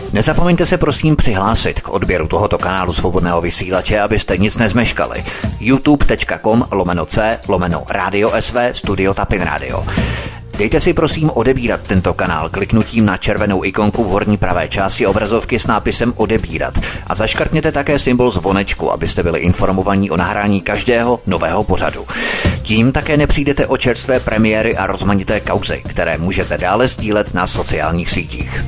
Nezapomeňte se prosím přihlásit k odběru tohoto kanálu Svobodného vysílače, abyste nic nezmeškali. youtube.com/c/Radio SV Studio Tapin Radio. Dejte si prosím odebírat tento kanál kliknutím na červenou ikonku v horní pravé části obrazovky s nápisem odebírat a zaškrtněte také symbol zvonečku, abyste byli informovaní o nahrání každého nového pořadu. Tím také nepřijdete o čerstvé premiéry a rozmanité kauzy, které můžete dále sdílet na sociálních sítích.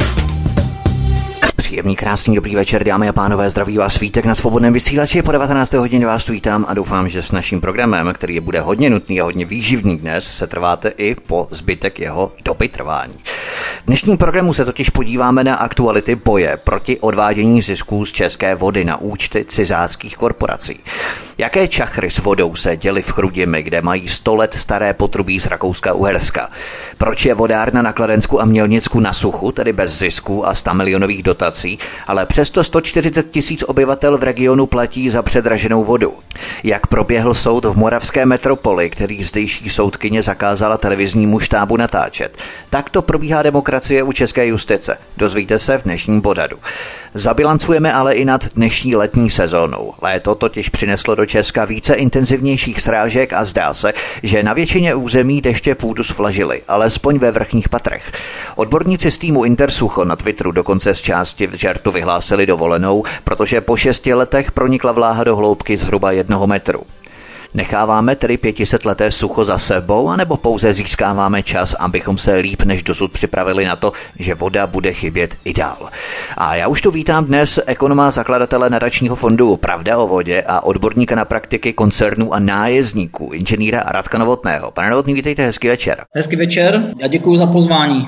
Příjemný, krásný, dobrý večer, dámy a pánové, zdraví vás Vítek na Svobodném vysílači. Po 19. hodině vás vítám a doufám, že s naším programem, který bude hodně nutný a hodně výživný dnes, se trváte i po zbytek jeho doby trvání. V dnešním programu se totiž podíváme na aktuality boje proti odvádění zisků z české vody na účty cizáckých korporací. Jaké čachry s vodou se děly v Chrudimi, kde mají 100 let staré potrubí z Rakouska-Uherska? Proč je vodárna na Kladensku a Mělnicku na suchu, tedy bez zisků a 100 milionových dotací, ale přesto 140 000 obyvatel v regionu platí za předraženou vodu? Jak proběhl soud v moravské metropoli, který zdejší soudkyně zakázala televiznímu štábu natáčet? Tak to probíhá demokracie u české justice. Dozvíte se v dnešním pořadu. Zabilancujeme ale i nad dnešní letní sezónou. Léto totiž přineslo do Česka více intenzivnějších srážek a zdá se, že na většině území deště půdu zvlažily, alespoň ve vrchních patrech. Odborníci z týmu Intersucho na Twitteru dokonce z části v žertu vyhlásili dovolenou, protože po 6 letech pronikla vláha do hloubky zhruba 1 metru. Necháváme tedy 500leté sucho za sebou, anebo pouze získáváme čas, abychom se líp než dosud připravili na to, že voda bude chybět i dál. A já už tu vítám dnes ekonoma zakladatele nadačního fondu Pravda o vodě a odborníka na praktiky koncernů a nájezdníků, inženýra Radka Novotného. Pane Novotný, vítejte, hezký večer. Hezký večer, já děkuji za pozvání.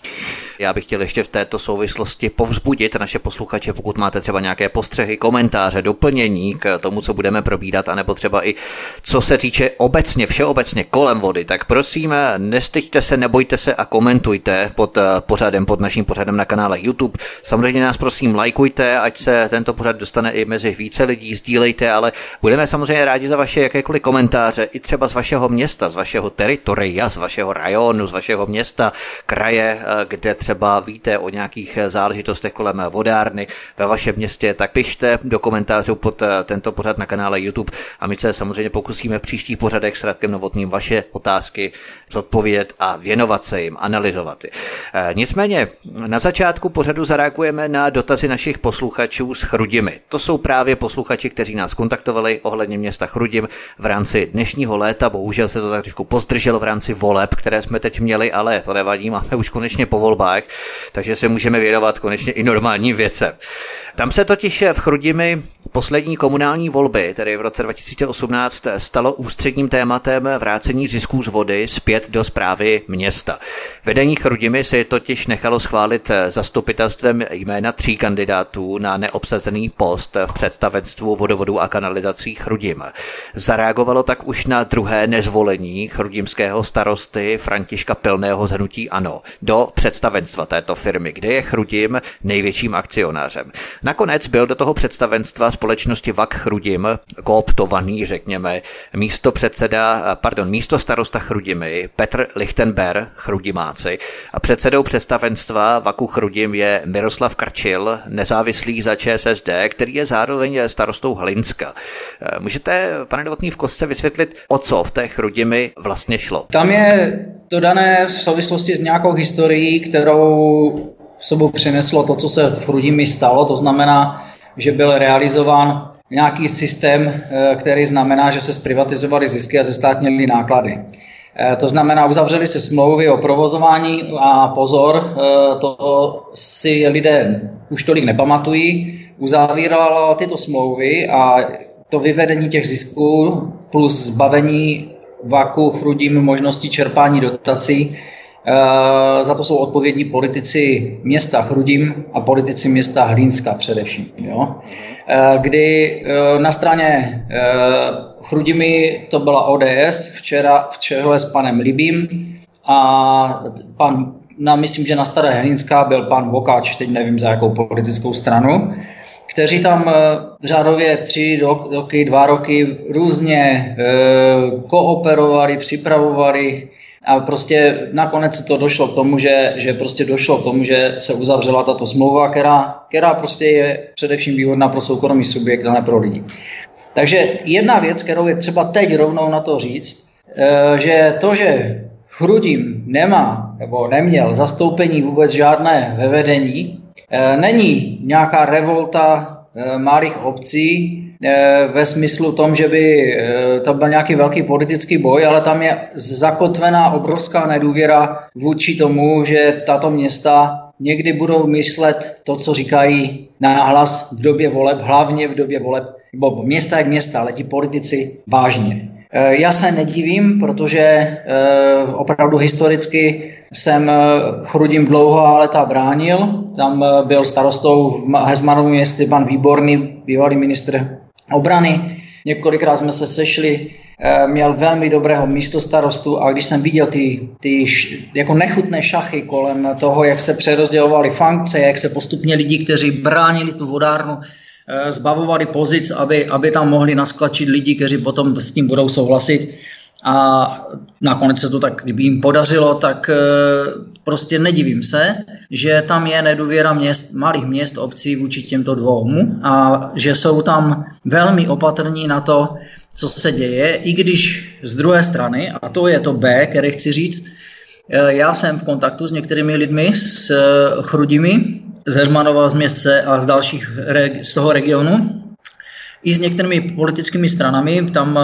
Já bych chtěl ještě v této souvislosti povzbudit naše posluchače, pokud máte třeba nějaké postřehy, komentáře, doplnění k tomu, co budeme probírat, anebo třeba i co se týče obecně, všeobecně kolem vody, tak prosím, nestyďte se, nebojte se a komentujte pod naším pořadem na kanále YouTube. Samozřejmě nás prosím lajkujte, ať se tento pořad dostane i mezi více lidí, sdílejte, ale budeme samozřejmě rádi za vaše jakékoliv komentáře, i třeba z vašeho města, z vašeho teritoria, z vašeho rajonu, z vašeho města, kraje, kde třeba víte o nějakých záležitostech kolem vodárny ve vašem městě, tak pište do komentářů pod tento pořad na kanále YouTube a my se samozřejmě pokusíme v příštích pořadech s Radkem Novotným vaše otázky zodpovědět a věnovat se jim, analyzovat je. Nicméně na začátku pořadu zareagujeme na dotazy našich posluchačů z Chrudimi. To jsou právě posluchači, kteří nás kontaktovali ohledně města Chrudim v rámci dnešního léta. Bohužel se to tak trošku pozdrželo v rámci voleb, které jsme teď měli, ale to nevadí, máme už konečně po volbách, takže se můžeme věnovat konečně i normálním věcem. Tam se totiž v Chrudimi poslední komunální volby, tedy v roce 2018, stalo ústředním tématem vrácení zisků z vody zpět do správy města. Vedení Chrudimi si totiž nechalo schválit zastupitelstvem jména 3 kandidátů na neobsazený post v představenstvu vodovodů a kanalizací Chrudim. Zareagovalo tak už na druhé nezvolení chrudimského starosty Františka Pilného z hnutí ANO do představenstva této firmy, kde je Chrudim největším akcionářem. Nakonec byl do toho představenstva společnosti VAK Chrudim kooptovaný, řekněme, místo starosta Chrudimi Petr Lichtenberg, Chrudimáci, a předsedou představenstva VAKu Chrudim je Miroslav Krčil, nezávislý za ČSSD, který je zároveň starostou Hlinska. Můžete, pane Novotný, v kostce vysvětlit, o co v té Chrudimi vlastně šlo? Tam je to dané v souvislosti s nějakou historií, kterou v sobou přineslo to, co se v Chrudimi stalo, to znamená, že byl realizován nějaký systém, který znamená, že se zprivatizovaly zisky a zestátnily náklady. To znamená, uzavřely se smlouvy o provozování a pozor, to si lidé už tolik nepamatují, uzavíralo tyto smlouvy a to vyvedení těch zisků plus zbavení VAKu Chrudim možnosti čerpání dotací. Za to jsou odpovědní politici města Chrudim a politici města Hlinska především. Jo? Kdy na straně Chrudimi to byla ODS včera v čele s panem Libým a myslím, že na Staré Hlinska byl pan Vokáč, teď nevím za jakou politickou stranu, kteří tam řádově 2 roky různě kooperovali, připravovali A prostě nakonec to došlo k tomu, že se uzavřela tato smlouva, která prostě je především výhodná pro soukromý subjekt a ne pro lidi. Takže jedna věc, kterou je třeba teď rovnou na to říct, že to, že Chrudim nemá nebo neměl zastoupení vůbec žádné ve vedení, není nějaká revolta malých obcí ve smyslu tom, že by to byl nějaký velký politický boj, ale tam je zakotvená obrovská nedůvěra vůči tomu, že tato města někdy budou myslet to, co říkají nahlas v době voleb, hlavně v době voleb, nebo města jak města, ale ti politici vážně. Já se nedivím, protože opravdu historicky jsem Chrudim dlouho léta bránil. Tam byl starostou v Heřmanově městě pan Výborný, bývalý ministr obrany. Několikrát jsme se sešli, měl velmi dobrého místostarostu a když jsem viděl ty jako nechutné šachy kolem toho, jak se přerozdělovaly funkce, jak se postupně lidi, kteří bránili tu vodárnu, zbavovali pozic, aby tam mohli nasklačit lidi, kteří potom s tím budou souhlasit. A nakonec se to tak, kdyby jim podařilo, tak prostě nedivím se, že tam je nedůvěra malých měst, obcí vůči těmto dvou a že jsou tam velmi opatrní na to, co se děje, i když z druhé strany, a to je to B, které chci říct, já jsem v kontaktu s některými lidmi z Chrudimi, z Heřmanova, z Městce a z dalších z toho regionu, i s některými politickými stranami. Tam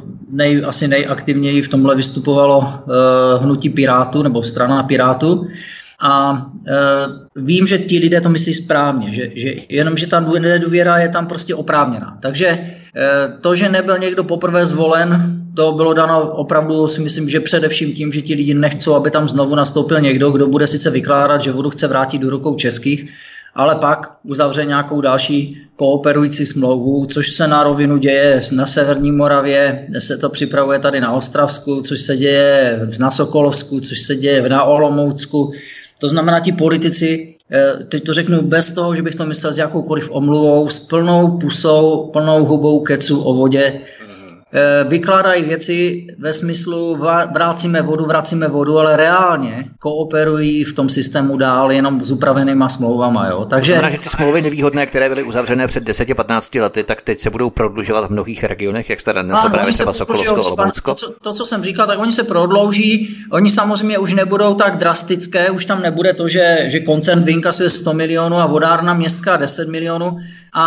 asi nejaktivněji v tomhle vystupovalo hnutí Pirátů nebo strana Pirátů. A vím, že ti lidé to myslí správně, že jenomže ta nedůvěra je tam prostě oprávněná. Takže to, že nebyl někdo poprvé zvolen, to bylo dano opravdu, si myslím, že především tím, že ti lidi nechcou, aby tam znovu nastoupil někdo, kdo bude sice vykládat, že vodu chce vrátit do rukou českých, ale pak uzavře nějakou další kooperující smlouvu, což se na rovinu děje na Severní Moravě, se to připravuje tady na Ostravsku, což se děje na Sokolovsku, což se děje na Olomoucku. To znamená, ti politici, teď to řeknu bez toho, že bych to myslel s jakoukoliv omluvou, s plnou pusou, plnou hubou kecu o vodě, vykládají věci ve smyslu vracíme vodu, ale reálně kooperují v tom systému dál jenom s upravenýma smlouvama. Jo? Takže to znamená, že ty smlouvy nevýhodné, které byly uzavřené před 10-15 lety, tak teď se budou prodlužovat v mnohých regionech, jak jste dnes právě třeba Sokolovsko, Olomoucko. To, co jsem říkal, tak oni se prodlouží, oni samozřejmě už nebudou tak drastické, už tam nebude to, že koncern vyinkasuje 100 milionů a vodárna městská 10 milionů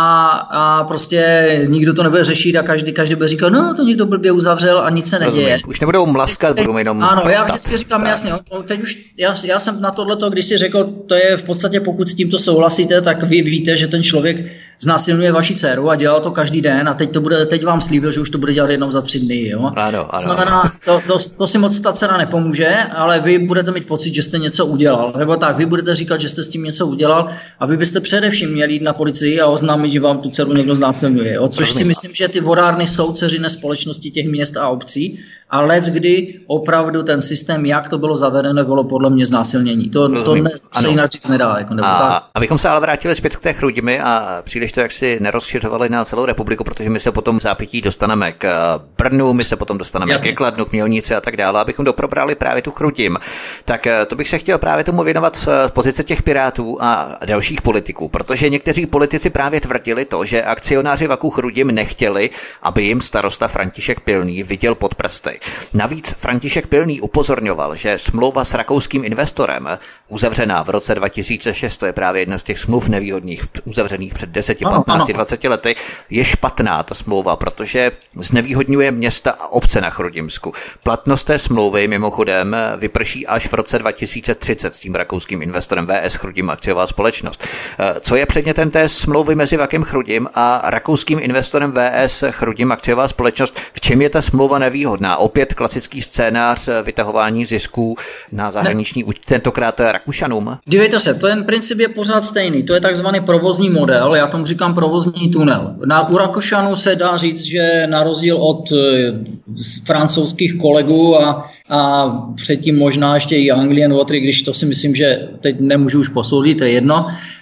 a prostě nikdo to nebude řešit a každý bude říkat, no to někdo blbě uzavřel a nic se neděje. Už nebudou mlaskat, budou jenom... Ano, já vždycky říkám jasně, teď už, já jsem na tohleto, když si řekl, to je v podstatě, pokud s tímto souhlasíte, tak vy víte, že ten člověk znásilňuje vaši dceru a dělal to každý den a teď vám slíbil, že už to bude dělat jednou za 3 dny. Jo? Ano. Znamená, to si moc ta dcera nepomůže, ale vy budete mít pocit, že jste něco udělal. Nebo tak, vy budete říkat, že jste s tím něco udělal a vy byste především měli jít na policii a oznámit, že vám tu dceru někdo znásilňuje. Jo? Což si myslím, že ty vodárny jsou dceřiné společnosti těch měst a obcí a leckdy opravdu ten systém, jak to bylo zavedeno, bylo podle mě znásilnění. To se jinak říct nedá. Abychom se ale vrátili zpět k té Chrudimi a příliš to jaksi nerozšiřovali na celou republiku, protože my se potom v zápětí dostaneme k Brnu, my se potom dostaneme ke Kladnu, k Mělnici a tak dále, abychom doprobrali právě tu Chrudim. Tak to bych se chtěl právě tomu věnovat z pozice těch Pirátů a dalších politiků, protože někteří politici právě tvrdili to, že akcionáři Vaku Chrudim nechtěli, aby jim starosta František Pilný viděl pod prsty. Navíc František Pilný upozorňoval, že smlouva s rakouským investorem, uzavřená v roce 2006, to je právě jedna z těch smluv nevýhodných, uzavřených před 10, 15, 20 lety, je špatná ta smlouva, protože znevýhodňuje města a obce na Chrudimsku. Platnost té smlouvy mimochodem vyprší až v roce 2030 s tím rakouským investorem VS Chrudim akciová společnost. Co je předmětem té smlouvy mezi Vakem Chrudim a rakouským investorem VS Chrudim akciová společnost? V čem je ta smlouva nevýhodná? Opět klasický scénář vytahování zisků na zahraniční účty, tentokrát Rakušanům? Dívejte se, ten princip je pořád stejný. To je takzvaný provozní model, já tomu říkám provozní tunel. U Rakušanů se dá říct, že na rozdíl od francouzských kolegů a předtím možná ještě i Anglian Water, když to si myslím, že teď nemůžu už posoudit, to je jedno,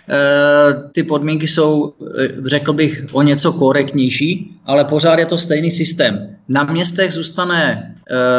ty podmínky jsou, řekl bych, o něco korektnější, ale pořád je to stejný systém. Na městech zůstane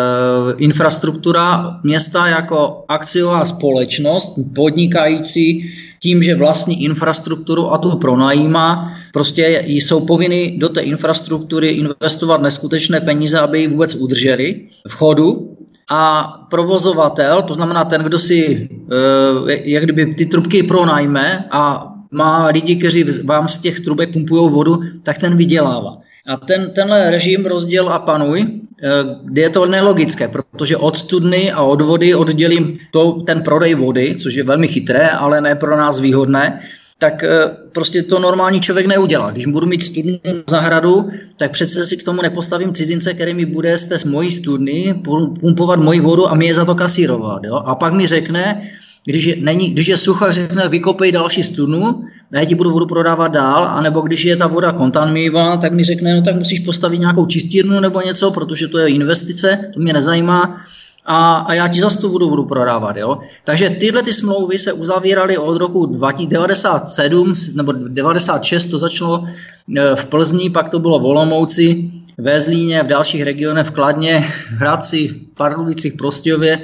infrastruktura města jako akciová společnost, podnikající tím, že vlastní infrastrukturu a tu pronajímá, prostě jsou povinni do té infrastruktury investovat neskutečné peníze, aby ji vůbec udrželi v chodu. A provozovatel, to znamená ten, kdo si jak kdyby ty trubky pronajme a má lidi, kteří vám z těch trubek pumpují vodu, tak ten vydělává. A tenhle režim rozděl a panuj, kde je to nelogické, protože od studny a od vody oddělím ten prodej vody, což je velmi chytré, ale ne pro nás výhodné, tak prostě to normální člověk neudělá. Když budu mít studnu na zahradu, tak přece si k tomu nepostavím cizince, který mi bude z té mojí studny pumpovat moji vodu a mi je za to kasírovat. Jo? A pak mi řekne, když je sucho, řekne, vykopej další studnu a já ti budu vodu prodávat dál, anebo když je ta voda kontaminovaná, tak mi řekne, no tak musíš postavit nějakou čistírnu nebo něco, protože to je investice, to mě nezajímá. A já ti zase tu budu prodávat. Jo? Takže tyhle ty smlouvy se uzavíraly od roku 1997 nebo 1996, to začalo v Plzni, pak to bylo v Olomouci, ve Zlíně, v dalších regionech, v Kladně, v Hradci, Pardubicích, Prostějově.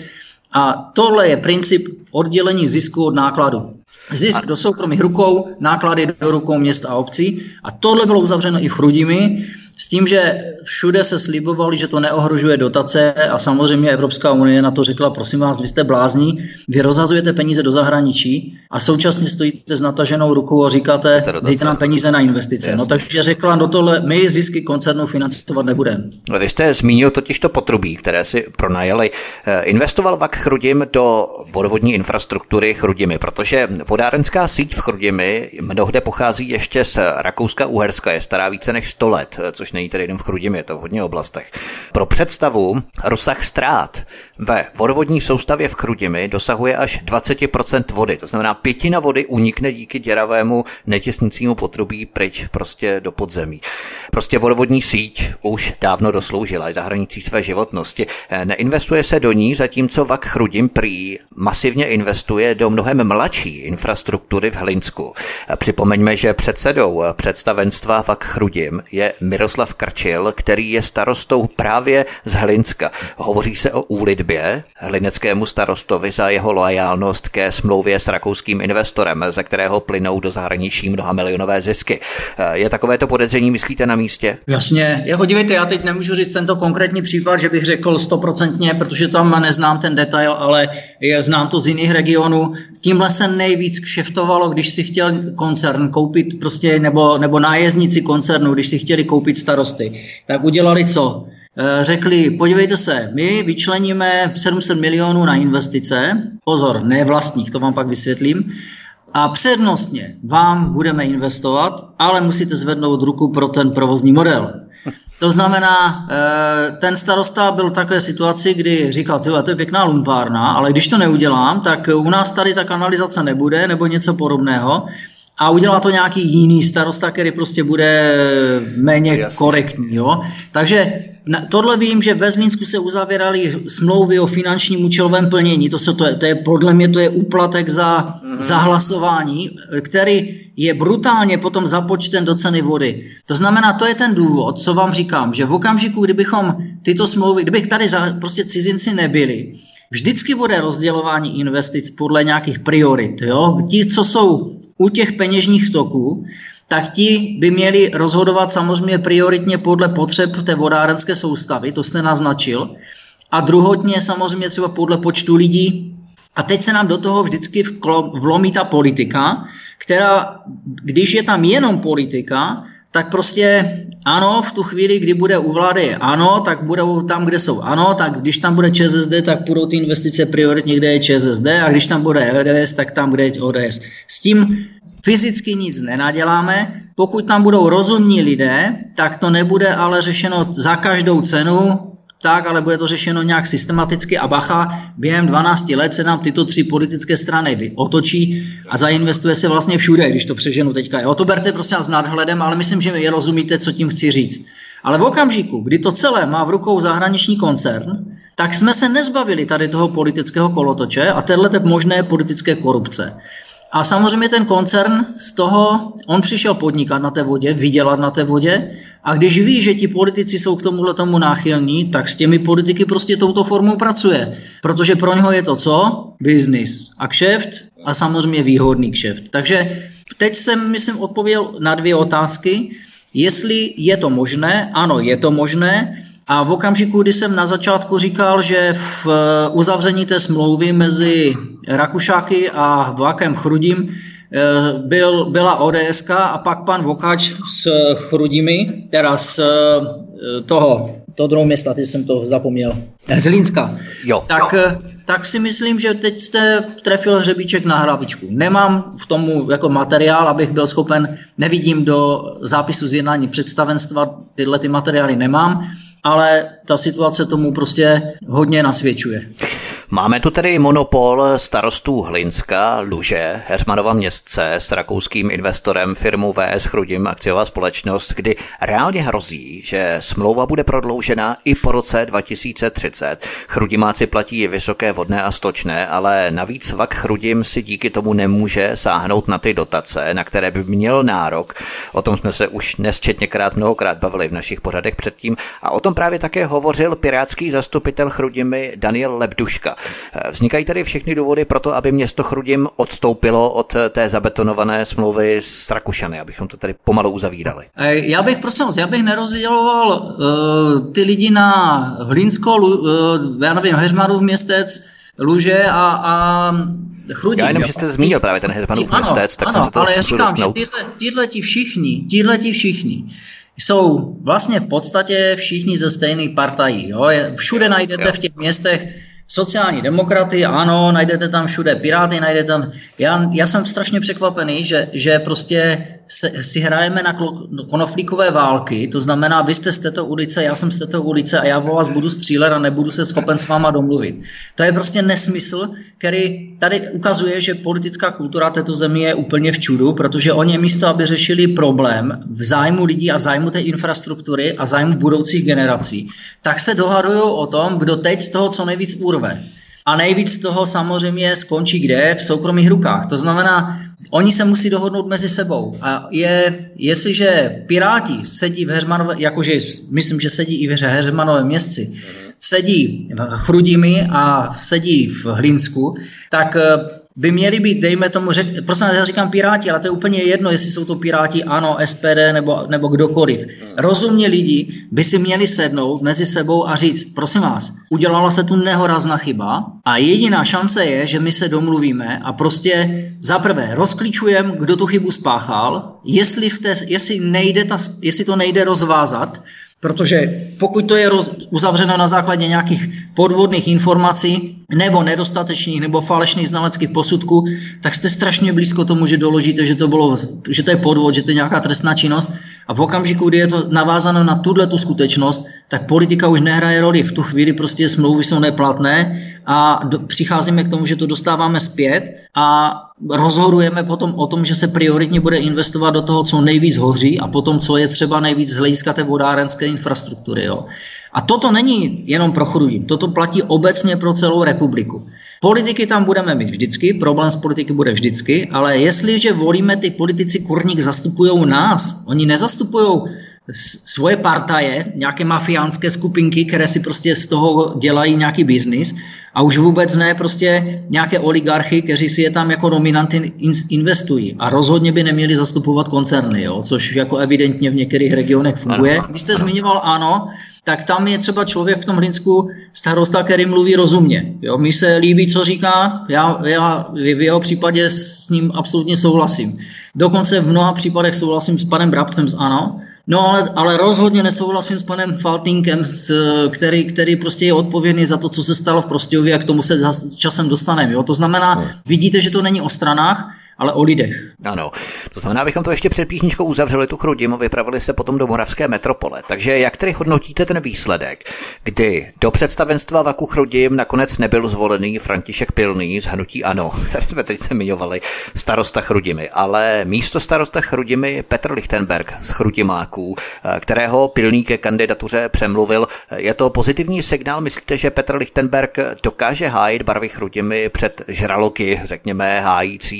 A tohle je princip oddělení zisku od nákladu. Zisk do soukromých rukou, náklady do rukou měst a obcí. A tohle bylo uzavřeno i v Chrudimi, s tím, že všude se slibovali, že to neohrožuje dotace a samozřejmě Evropská unie na to řekla, prosím vás, vy jste blázní, vy rozhazujete peníze do zahraničí a současně stojíte s nataženou rukou a říkáte, dejte nám peníze na investice. Jasně. No takže řekla, do tohle my zisky koncernů financovat nebudeme. Vy jste zmínil totiž to potrubí, které si pronajali. Investoval VAK Chrudim do vodovodní infrastruktury Chrudimi, protože vodárenská síť v Chrudimi mnohde pochází ještě z Rakouska-Uherska, je stará více než 100 let, což není tedy jenom v Chrudimi, je to v hodně oblastech. Pro představu, rozsah ztrát ve vodovodní soustavě v Chrudimi dosahuje až 20% vody. To znamená, 1/5 vody unikne díky děravému netěsnicímu potrubí pryč prostě do podzemí. Prostě vodovodní síť už dávno dosloužila za hranicí své životnosti. Neinvestuje se do ní, zatímco VAK Chrudim prý masivně investuje do mnohem mladší infrastruktury v Hlinsku. Připomeňme, že předsedou představenstva VAK Chrudim je Miroslav Krčil, který je starostou právě z Hlinska. Hovoří se o úlitbě hlineckému starostovi za jeho loajálnost ke smlouvě s rakouským investorem, ze kterého plynou do zahraničí mnohamilionové zisky. Je takovéto podezření, myslíte, na místě? Jasně. Jako dívejte, já teď nemůžu říct tento konkrétní případ, že bych řekl 100%, protože tam neznám ten detail, ale znám to z jiných regionů. Tímhle se nejvíc kšeftovalo, když si chtěl koncern koupit prostě, nebo nájezdníci koncernu, když si chtěli koupit starosty, tak udělali co? Řekli, podívejte se, my vyčleníme 700 milionů na investice, pozor, ne vlastních, to vám pak vysvětlím, a přednostně vám budeme investovat, ale musíte zvednout ruku pro ten provozní model. To znamená, ten starosta byl v takové situaci, kdy říkal, to je pěkná lumpárna, ale když to neudělám, tak u nás tady ta kanalizace nebude, nebo něco podobného. A udělá to nějaký jiný starosta, který prostě bude méně korektní. Jo? Takže tohle vím, že ve Zlínsku se uzavíraly smlouvy o finančním účelovém plnění. To je podle mě to je úplatek za hlasování, který je brutálně potom započten do ceny vody. To znamená, to je ten důvod, co vám říkám, že v okamžiku, kdybychom tyto smlouvy, kdybych tady prostě cizinci nebyli, vždycky bude rozdělování investic podle nějakých priorit. Jo? Ti, co jsou u těch peněžních toků, tak ti by měli rozhodovat samozřejmě prioritně podle potřeb té vodárenské soustavy, to jste naznačil, a druhotně samozřejmě třeba podle počtu lidí. A teď se nám do toho vždycky vlomí ta politika, která, když je tam jenom politika, tak prostě ano, v tu chvíli, kdy bude u vlády ano, tak budou tam, kde jsou ano, tak když tam bude ČSSD, tak budou ty investice prioritně, kde je ČSSD, a když tam bude ODS, tak tam, kde je ODS. S tím fyzicky nic nenaděláme. Pokud tam budou rozumní lidé, tak to nebude ale řešeno za každou cenu, tak, ale bude to řešeno nějak systematicky a bacha, během 12 let se nám tyto 3 politické strany otočí a zainvestuje se vlastně všude, když to přeženu teďka. Jo, to berte prosím s nadhledem, ale myslím, že mi rozumíte, co tím chci říct. Ale v okamžiku, kdy to celé má v rukou zahraniční koncern, tak jsme se nezbavili tady toho politického kolotoče a téhleté možné politické korupce. A samozřejmě ten koncern z toho, on přišel podnikat na té vodě, vydělat na té vodě a když ví, že ti politici jsou k tomu náchylní, tak s těmi politiky prostě touto formou pracuje. Protože pro něho je to co? Business a kšeft a samozřejmě výhodný kšeft. Takže teď jsem, myslím, odpověděl na 2 otázky. Jestli je to možné, ano, je to možné. A v okamžiku, kdy jsem na začátku říkal, že v uzavření té smlouvy mezi Rakušáky a Vákem Chrudím byla ODSK a pak pan Vokáč s Chrudimi, teda z toho druhého města, teď jsem to zapomněl, z Línska. Jo. Tak si myslím, že teď jste trefil hřebíček na hlavičku. Nemám v tomu jako materiál, abych byl schopen, nevidím do zápisu z jednání představenstva, tyhle ty materiály nemám, ale ta situace tomu prostě hodně nasvědčuje. Máme tu tedy monopol starostů Hlinska, Luže, Heřmanova Městce s rakouským investorem firmou VS Chrudim akciová společnost, kdy reálně hrozí, že smlouva bude prodloužena i po roce 2030. Chrudimáci platí vysoké vodné a stočné, ale navíc Vak Chrudim si díky tomu nemůže sáhnout na ty dotace, na které by měl nárok. O tom jsme se už nesčetněkrát mnohokrát bavili v našich pořadech předtím a o tom právě také hovořil pirátský zastupitel Chrudimi Daniel Lebduška. Vznikají tady všechny důvody pro to, aby město Chrudim odstoupilo od té zabetonované smlouvy s Rakušany, abychom to tady pomalu uzavírali. Já bych nerozděloval ty lidi na Hlinsko, Heřmanův Městec, Luže a Chrudim. Já jenom, že jste zmínil právě ten Heřmanův Městec, tak jsem se to ale já říkám, že tihleti všichni jsou vlastně v podstatě všichni ze stejné partají. Jo? Všude najdete v těch městech sociální demokraty, ano, najdete tam všude Piráty, najdete tam... Já jsem strašně překvapený, že prostě si hrajeme na konoflíkové války, to znamená, vy jste z této ulice, já jsem z této ulice a já po vás budu střílet a nebudu se schopen s váma domluvit. To je prostě nesmysl, který tady ukazuje, že politická kultura této země je úplně v čudu, protože oni místo, aby řešili problém v zájmu lidí a v zájmu té infrastruktury a zájmu budoucích generací, tak se dohadují o tom, kdo teď z toho co nejvíc urve. A nejvíc toho samozřejmě skončí kde? V soukromých rukách. To znamená, oni se musí dohodnout mezi sebou. A jestliže Piráti sedí v Heřmanové, jakože myslím, že sedí i v Heřmanovém Městci, sedí v Chrudimi a sedí v Hlinsku, tak by měli být, dejme tomu, prostě já říkám Piráti, ale to je úplně jedno, jestli jsou to Piráti, ANO, SPD nebo kdokoliv. Rozumní lidi by si měli sednout mezi sebou a říct, prosím vás, udělala se tu nehorázná chyba a jediná šance je, že my se domluvíme a prostě zaprvé rozklíčujeme, kdo tu chybu spáchal, jestli to nejde rozvázat, protože pokud to je uzavřeno na základě nějakých podvodných informací nebo nedostatečných nebo falešných znaleckých posudků, tak jste strašně blízko tomu, že doložíte, že to je podvod, že to je nějaká trestná činnost a v okamžiku, kdy je to navázáno na tu skutečnost, tak politika už nehraje roli. V tu chvíli prostě smlouvy jsou neplatné a přicházíme k tomu, že to dostáváme zpět a rozhodujeme potom o tom, že se prioritně bude investovat do toho, co nejvíc hoří a potom, co je třeba nejvíc z hlediska té vodárenské infrastruktury. Jo. A toto není jenom pro Chrudim, toto platí obecně pro celou republiku. Politiky tam budeme mít vždycky, problém s politiky bude vždycky, ale jestliže volíme, ty politici kurník zastupují nás, oni nezastupují svoje partaje, nějaké mafiánské skupinky, které si prostě z toho dělají nějaký biznis a už vůbec ne prostě nějaké oligarchy, kteří si je tam jako dominanty investují a rozhodně by neměli zastupovat koncerny, jo? Což jako evidentně v některých regionech funguje. Když jste zmiňoval ANO, tak tam je třeba člověk v tom Hlinsku starosta, který mluví rozumně. Jo? Mi se líbí, co říká, já v jeho případě s ním absolutně souhlasím. Dokonce v mnoha případech souhlasím s panem Brabcem z ANO, no ale rozhodně nesouhlasím s panem Faltýnkem, který prostě je odpovědný za to, co se stalo v Prostějově a k tomu se časem dostaneme. Jo? To znamená, vidíte, že to není o stranách, ale o lidech. Ano, to znamená, abychom to ještě před písničkou uzavřeli tu Chrudim a vypravili se potom do moravské metropole. Takže jak tedy hodnotíte ten výsledek, kdy do představenstva Vaku Chrudim nakonec nebyl zvolený František Pilný z hnutí ANO, který jsme teď zmiňovali, starosta Chrudimi, ale místo starosta Chrudimi Petr Lichtenberg z Chrudimáků, kterého Pilný ke kandidatuře přemluvil. Je to pozitivní signál? Myslíte, že Petr Lichtenberg dokáže hájit barvy Chrudimi před žraloky, řekněme, hájící smlouvu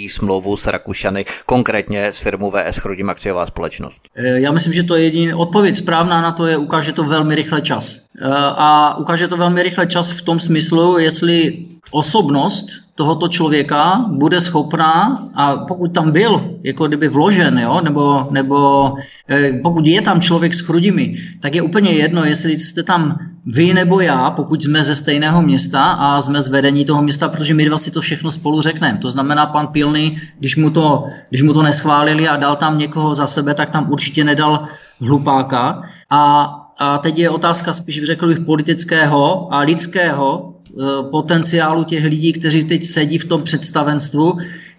smlouvu s Rakušany, konkrétně s firmou VS Chrudim akciová společnost? Já myslím, že to je jediná odpověď správná na to je, ukáže to velmi rychle čas. A ukáže to velmi rychle čas v tom smyslu, jestli osobnost tohoto člověka bude schopná, a pokud tam byl jako kdyby vložen, jo, nebo pokud je tam člověk s Chrudimi, tak je úplně jedno, jestli jste tam vy nebo já, pokud jsme ze stejného města a jsme z vedení toho města, protože my dva si to všechno spolu řekneme. To znamená, pan Pilný, když mu to neschválili a dal tam někoho za sebe, tak tam určitě nedal hlupáka. A teď je otázka spíš, řekl bych, politického a lidského potenciálu těch lidí, kteří teď sedí v tom představenstvu,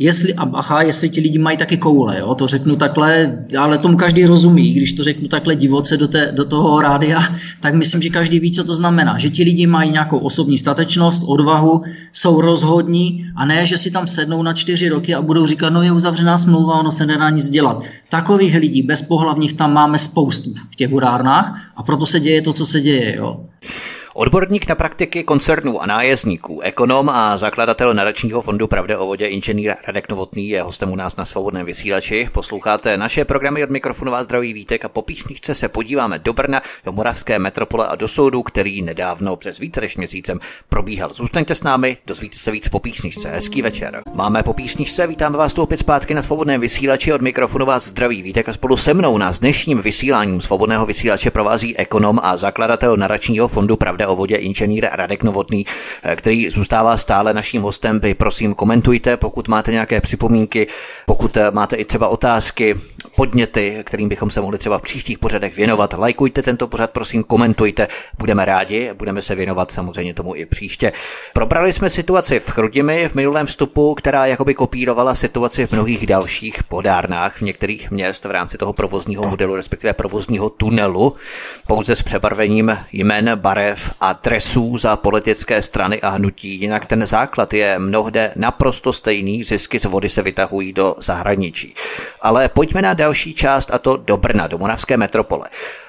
jestli ti lidi mají taky koule, jo? To řeknu takhle, ale tomu každý rozumí, když to řeknu takhle divoce do toho rádia, tak myslím, že každý ví, co to znamená, že ti lidi mají nějakou osobní statečnost, odvahu, jsou rozhodní a ne, že si tam sednou na 4 roky a budou říkat, no je uzavřená smlouva, ono se nedá nic dělat. Takových lidí bezpohlavních tam máme spoustu v těch vodárnách a proto se děje to, co se děje, jo. Odborník na praktiky koncernů a nájezdníků, ekonom a zakladatel nadačního fondu Pravda o vodě inženýr Radek Novotný je hostem u nás na Svobodném vysílači. Posloucháte naše programy, od mikrofonu vás zdraví Vítek a po písničce se podíváme do Brna, do moravské metropole a do soudu, který nedávno přes více než měsícem probíhal. Zůstaňte s námi, dozvíte se víc po písničce. Hezký večer. Máme po písničce, vítáme vás tu opět zpátky na Svobodném vysílači, od mikrofonu vás zdraví Vítek a spolu se mnou nás dnešním vysíláním Svobodného vysílače provází ekonom a zakladatel nadačního fondu Pravda o vodě inženýr Radek Novotný, který zůstává stále naším hostem. Vy prosím komentujte, pokud máte nějaké připomínky, pokud máte i třeba otázky, podněty, kterým bychom se mohli třeba v příštích pořadech věnovat. Lajkujte tento pořad, prosím, komentujte, budeme rádi, budeme se věnovat samozřejmě tomu i příště. Probrali jsme situaci v Chrudimi v minulém vstupu, která jakoby kopírovala situaci v mnohých dalších vodárnách v některých měst v rámci toho provozního modelu, respektive provozního tunelu, pouze s přebarvením jmen, barev a dresů za politické strany a hnutí. Jinak ten základ je mnohde naprosto stejný, zisky z vody se vytahují do zahraničí. Ale pojďme na další část, a to do Brna, do moravské metropole.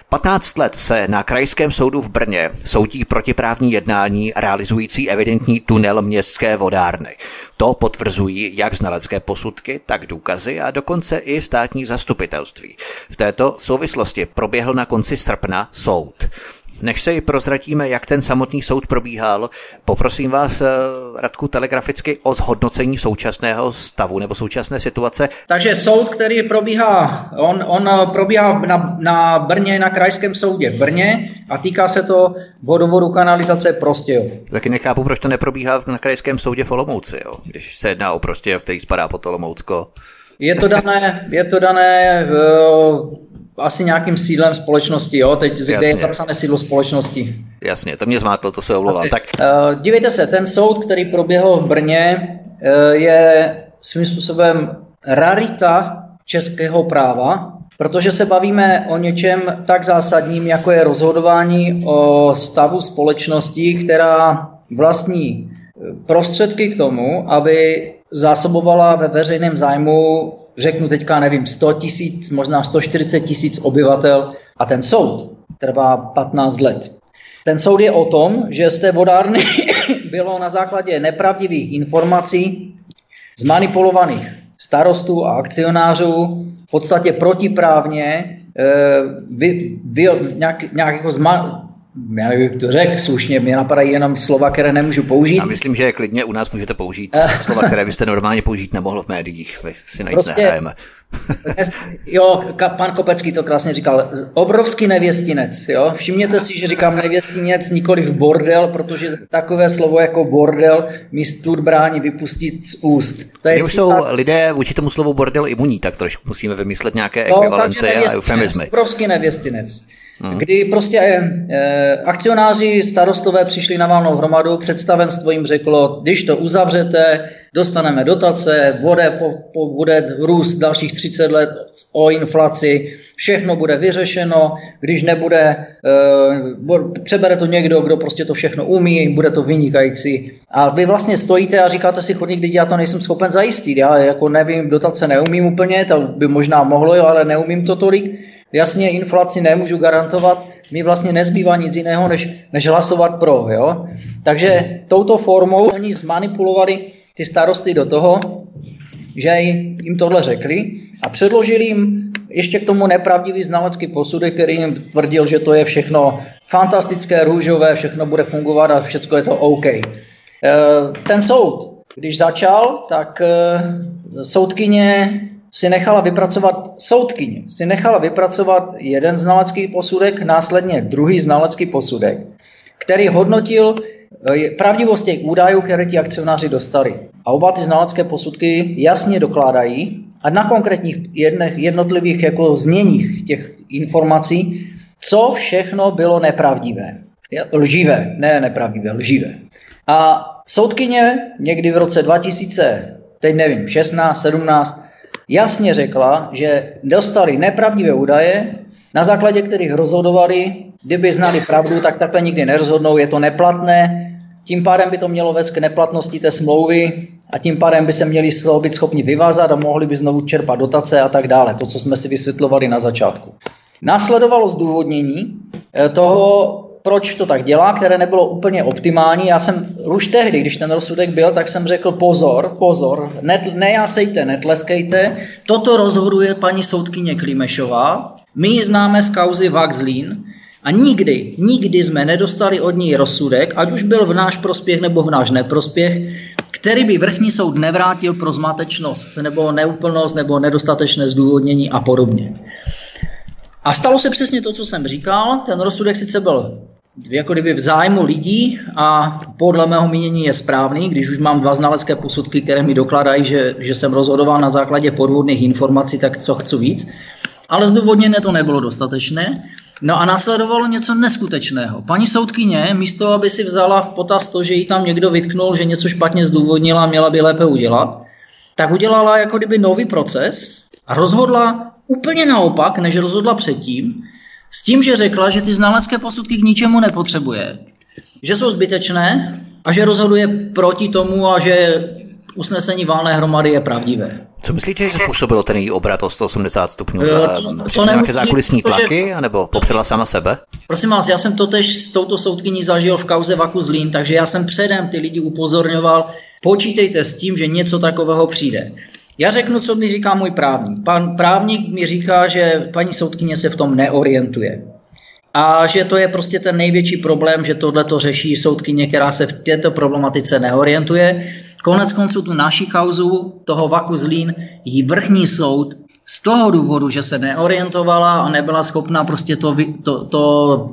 15 let se na Krajském soudu v Brně soudí protiprávní jednání realizující evidentní tunel městské vodárny. To potvrzují jak znalecké posudky, tak důkazy a dokonce i státní zastupitelství. V této souvislosti proběhl na konci srpna soud. Než se prozradíme, jak ten samotný soud probíhal, poprosím vás, Radku, telegraficky o zhodnocení současného stavu nebo současné situace. Takže soud, který probíhá, on probíhá na Brně, na Krajském soudě v Brně a týká se to vodovodu kanalizace Prostějov. Taky nechápu, proč to neprobíhá na Krajském soudě v Olomouci, jo? Když se jedná o Prostějov, který spadá pod Olomoucko. Je to dané asi nějakým sídlem společnosti, jo? Teď kde je zapsané sídlo společnosti. Jasně, to mě zmátlo, to se omlouvám. Tak. Dívejte se, ten soud, který proběhl v Brně, je svým způsobem rarita českého práva, protože se bavíme o něčem tak zásadním, jako je rozhodování o stavu společnosti, která vlastní prostředky k tomu, aby zásobovala ve veřejném zájmu, řeknu teďka, nevím, 100 000, možná 140 000 obyvatel, a ten soud trvá 15 let. Ten soud je o tom, že z té vodárny bylo na základě nepravdivých informací zmanipulovaných starostů a akcionářů v podstatě protiprávně nějak jako já nevím, jak to řekl slušně, mě napadají jenom slova, které nemůžu použít. Já myslím, že klidně u nás můžete použít slova, které byste normálně použít nemohl v médiích. My si na nic nehrajeme. Jo, pan Kopecký to krásně říkal. Obrovský nevěstinec. Jo? Všimněte si, že říkám nevěstinec, nikoliv bordel, protože takové slovo jako bordel mi stud brání vypustit z úst. To už jsou lidé vůči tomu slovu bordel imunní, tak trošku musíme vymyslet nějaké ekvivalenty a eufemizmy. Obrovský nevěstinec. Kdy prostě akcionáři, starostové přišli na valnou hromadu, představenstvo jim řeklo, když to uzavřete, dostaneme dotace, bude růst dalších 30 let o inflaci, všechno bude vyřešeno, když nebude, přebere to někdo, kdo prostě to všechno umí, bude to vynikající. A vy vlastně stojíte a říkáte si, chodník, když já to nejsem schopen zajistit, já jako nevím, dotace neumím úplně, to by možná mohlo, jo, ale neumím to tolik. Jasně, inflaci nemůžu garantovat, mi vlastně nezbývá nic jiného, než hlasovat pro. Jo? Takže touto formou oni zmanipulovali ty starosty do toho, že jim tohle řekli a předložili jim ještě k tomu nepravdivý znalecký posudek, který jim tvrdil, že to je všechno fantastické, růžové, všechno bude fungovat a všechno je to OK. Ten soud, když začal, tak soudkyně si nechala vypracovat jeden znalecký posudek, následně druhý znalecký posudek, který hodnotil pravdivost těch údajů, které ti akcionáři dostali. A oba ty znalecké posudky jasně dokládají a na konkrétních jednotlivých jako zněních těch informací, co všechno bylo nepravdivé. Lživé, ne nepravdivé, lživé. A soudkyně někdy v roce 2000, teď nevím, 16, 17, jasně řekla, že dostali nepravdivé údaje, na základě kterých rozhodovali, kdyby znali pravdu, tak takhle nikdy nerozhodnou, je to neplatné, tím pádem by to mělo vést k neplatnosti té smlouvy a tím pádem by se měli být schopni vyvázat a mohli by znovu čerpat dotace a tak dále, to, co jsme si vysvětlovali na začátku. Následovalo zdůvodnění toho, proč to tak dělá, které nebylo úplně optimální. Já jsem už tehdy, když ten rozsudek byl, tak jsem řekl pozor, nejásejte, netleskejte, toto rozhoduje paní soudkyně Klimešová, my ji známe z kauzy Vax-Zlín a nikdy jsme nedostali od ní rozsudek, ať už byl v náš prospěch nebo v náš neprospěch, který by vrchní soud nevrátil pro zmatečnost nebo neúplnost nebo nedostatečné zdůvodnění a podobně. A stalo se přesně to, co jsem říkal. Ten rozsudek sice byl jako kdyby v zájmu lidí a podle mého mínění je správný, když už mám 2 znalecké posudky, které mi dokladají, že jsem rozhodoval na základě podvodných informací, tak co chci víc. Ale zdůvodněné to nebylo dostatečné. No a následovalo něco neskutečného. Paní soudkyně, místo aby si vzala v potaz to, že jí tam někdo vytknul, že něco špatně zdůvodnila a měla by lépe udělat, tak udělala jako kdyby nový proces a rozhodla úplně naopak, než rozhodla předtím, s tím, že řekla, že ty znalecké posudky k ničemu nepotřebuje, že jsou zbytečné a že rozhoduje proti tomu a že usnesení valné hromady je pravdivé. Co myslíte, že způsobilo ten její obrat o 180 stupňů? To nějaké zákulisní tlaky, anebo popřela sama sebe? Prosím vás, já jsem totež s touto soudkyní zažil v kauze Vaku-Zlín, takže já jsem předem ty lidi upozorňoval, počítejte s tím, že něco takového přijde. Já řeknu, co mi říká můj právník. Pan právník mi říká, že paní soudkyně se v tom neorientuje. A že to je prostě ten největší problém, že tohleto řeší soudkyně, která se v této problematice neorientuje. Konec konců tu naši kauzu toho Vaku-Zlín jí vrchní soud z toho důvodu, že se neorientovala a nebyla schopná prostě to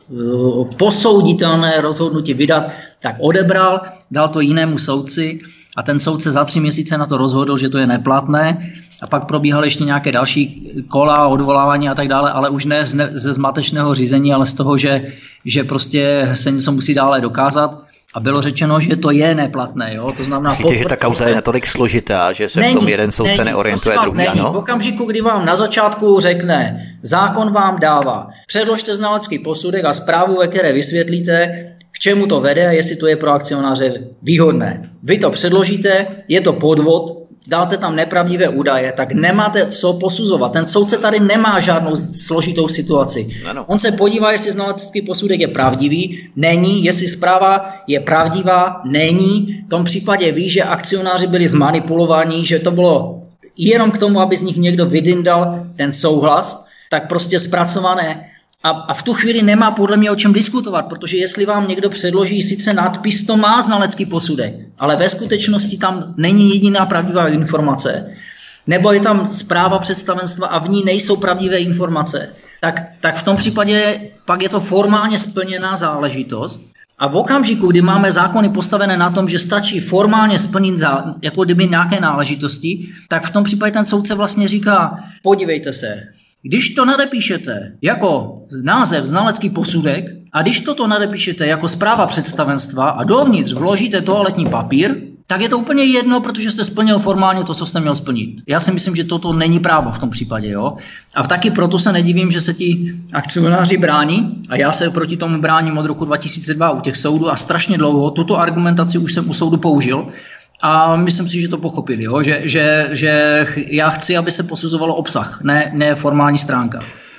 posouditelné rozhodnutí vydat, tak odebral, dal to jinému soudci a ten soudce za 3 měsíce na to rozhodl, že to je neplatné a pak probíhaly ještě nějaké další kola, odvolávání a tak dále, ale už ne ze zmatečného řízení, ale z toho, že prostě se něco musí dále dokázat. A bylo řečeno, že to je neplatné. Jo? To znamená, myslíte, že ta kauza je natolik složitá, že se v tom jeden soudce neorientuje, druhý ano? V okamžiku, kdy vám na začátku řekne, zákon vám dává, předložte znalecký posudek a zprávu, ve které vysvětlíte, k čemu to vede a jestli to je pro akcionáře výhodné. Vy to předložíte, je to podvod, dáte tam nepravdivé údaje, tak nemáte co posuzovat. Ten soudce tady nemá žádnou složitou situaci. Ano. On se podívá, jestli znalecký posudek je pravdivý, není, jestli zpráva je pravdivá, není. V tom případě ví, že akcionáři byli zmanipulováni, že to bylo jenom k tomu, aby z nich někdo vydindal ten souhlas, tak prostě zpracované. A v tu chvíli nemá podle mě o čem diskutovat, protože jestli vám někdo předloží sice nadpis, to má znalecký posudek, ale ve skutečnosti tam není jediná pravdivá informace, nebo je tam zpráva představenstva a v ní nejsou pravdivé informace, tak v tom případě pak je to formálně splněná záležitost. A v okamžiku, kdy máme zákony postavené na tom, že stačí formálně splnit jako kdyby nějaké náležitosti, tak v tom případě ten soudce vlastně říká, podívejte se, když to nadepíšete jako název znalecký posudek a když toto nadepíšete jako zpráva představenstva a dovnitř vložíte toaletní papír, tak je to úplně jedno, protože jste splnil formálně to, co jste měl splnit. Já si myslím, že toto není právo v tom případě. Jo? A taky proto se nedivím, že se ti akcionáři brání a já se proti tomu bráním od roku 2002 u těch soudů a strašně dlouho. Tuto argumentaci už jsem u soudu použil. A myslím si, že to pochopili, jo? Že já chci, aby se posuzovalo obsah, ne formální stránka.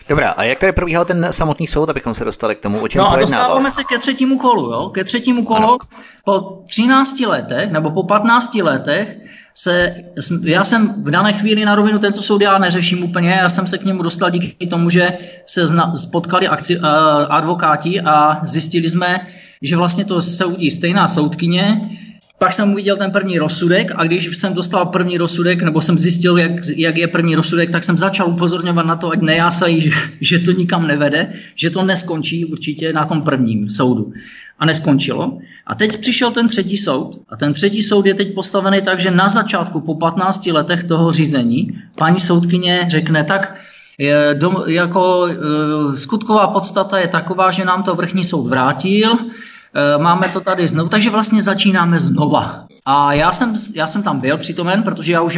Dobrá, a jak tady probíhal ten samotný soud, abychom se dostali k tomu, o čem pojednával? No a dostáváme se ke třetímu kolu, jo? Ke třetímu kolu ano. Po 13 letech, nebo po 15 letech já jsem v dané chvíli na rovinu tento soud já neřeším úplně, já jsem se k němu dostal díky tomu, že se spotkali advokáti a zjistili jsme, že vlastně to soudí stejná soudkyně. Pak jsem uviděl ten první rozsudek a když jsem dostal první rozsudek, nebo jsem zjistil, jak je první rozsudek, tak jsem začal upozorňovat na to, ať nejásají, že to nikam nevede, že to neskončí určitě na tom prvním soudu. A neskončilo. A teď přišel ten třetí soud a ten třetí soud je teď postavený tak, že na začátku po 15 letech toho řízení paní soudkyně řekne tak, skutková podstata je taková, že nám to vrchní soud vrátil, máme to tady znovu, takže vlastně začínáme znova. A já jsem tam byl přítomen, protože já už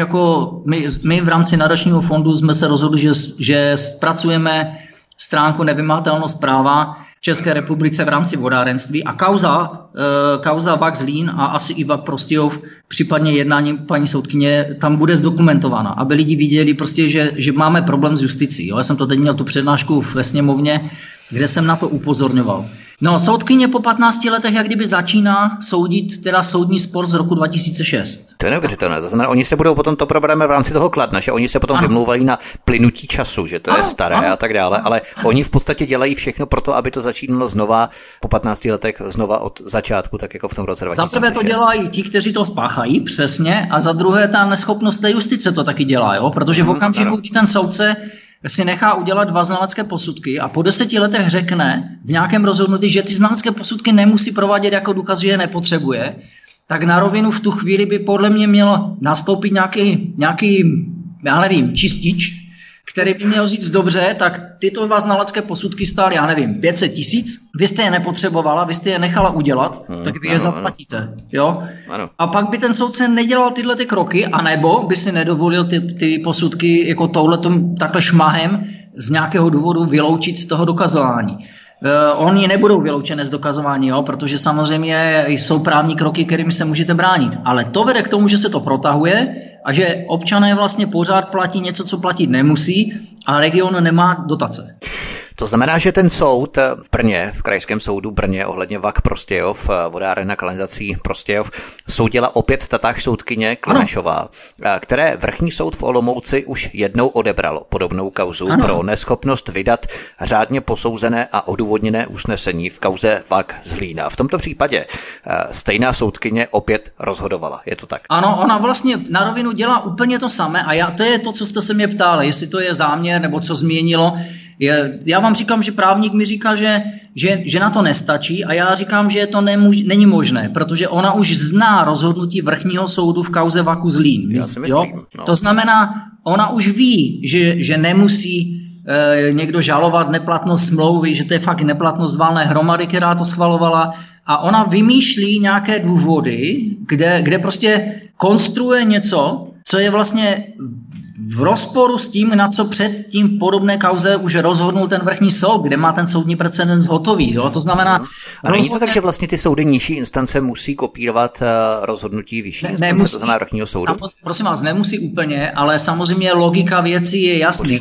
my v rámci nadačního fondu jsme se rozhodli, že zpracujeme stránku nevymahatelnost práva v České republice v rámci vodárenství a kauza VAK Zlín a asi i VAK Prostějov, případně jednání paní soudkyně, tam bude zdokumentována, aby lidi viděli prostě, že máme problém s justicí. Jo? Já jsem to teď měl tu přednášku ve sněmovně, kde jsem na to upozorňoval. No, soudkyně po 15 letech jak kdyby začíná soudit teda soudní spor z roku 2006. To je neuvěřitelné. To znamená, oni se budou potom, to probereme v rámci toho Kladna, že oni se potom vymlouvají na plynutí času, že to je staré a tak dále, ale oni v podstatě dělají všechno pro to, aby to začínalo znova po 15 letech znova od začátku, tak jako v tom roce 2006. Za prvé to dělají ti, kteří to spáchají, přesně, a za druhé ta neschopnost té justice to taky dělá, jo? Protože v okamžiku, kdy ten soudce si nechá udělat 2 znalecké posudky a po 10 letech řekne v nějakém rozhodnutí, že ty znalecké posudky nemusí provádět jako důkaz, že je nepotřebuje, tak na rovinu v tu chvíli by podle mě měl nastoupit nějaký já nevím, čistič, který by měl říct dobře, tak tyto 2 znalecké posudky stály, já nevím, 500 000, vy jste je nepotřebovala, vy jste je nechala udělat, tak vy je zaplatíte. Jo? A pak by ten soudce nedělal tyhle ty kroky, anebo by si nedovolil ty posudky jako touhletom takhle šmahem z nějakého důvodu vyloučit z toho dokazování. Oni nebudou vyloučené z dokazování, jo, protože samozřejmě jsou právní kroky, kterými se můžete bránit. Ale to vede k tomu, že se to protahuje a že občané vlastně pořád platí něco, co platit nemusí a region nemá dotace. To znamená, že ten soud v Brně, v krajském soudu Brně ohledně VAK Prostějov, vodáren a kanalizací Prostějov, soudila opět tatáž soudkyně Klimešová, které vrchní soud v Olomouci už jednou odebral podobnou kauzu pro neschopnost vydat řádně posouzené a odůvodněné usnesení v kauze VAK Zlína. V tomto případě stejná soudkyně opět rozhodovala. Je to tak? Ano, ona vlastně na rovinu dělá úplně to samé a to je to, co jste se mě ptali, jestli to je záměr nebo co změnilo. Já vám říkám, že právník mi říká, že na to nestačí a já říkám, že to není možné, protože ona už zná rozhodnutí vrchního soudu v kauze VAKu Zlín. Já si myslím, no. To znamená, ona už ví, že nemusí někdo žalovat neplatnost smlouvy, že to je fakt neplatnost valné hromady, která to schvalovala, a ona vymýšlí nějaké důvody, kde prostě konstruuje něco, co je vlastně v rozporu s tím, na co předtím v podobné kauze už rozhodnul ten vrchní soud, kde má ten soudní precedens hotový. Jo? To znamená... A není to tak, že vlastně ty soudy nižší instance musí kopírovat rozhodnutí vyšší instance, to znamená vrchního soudu? Prosím vás, nemusí úplně, ale samozřejmě logika věcí je jasný.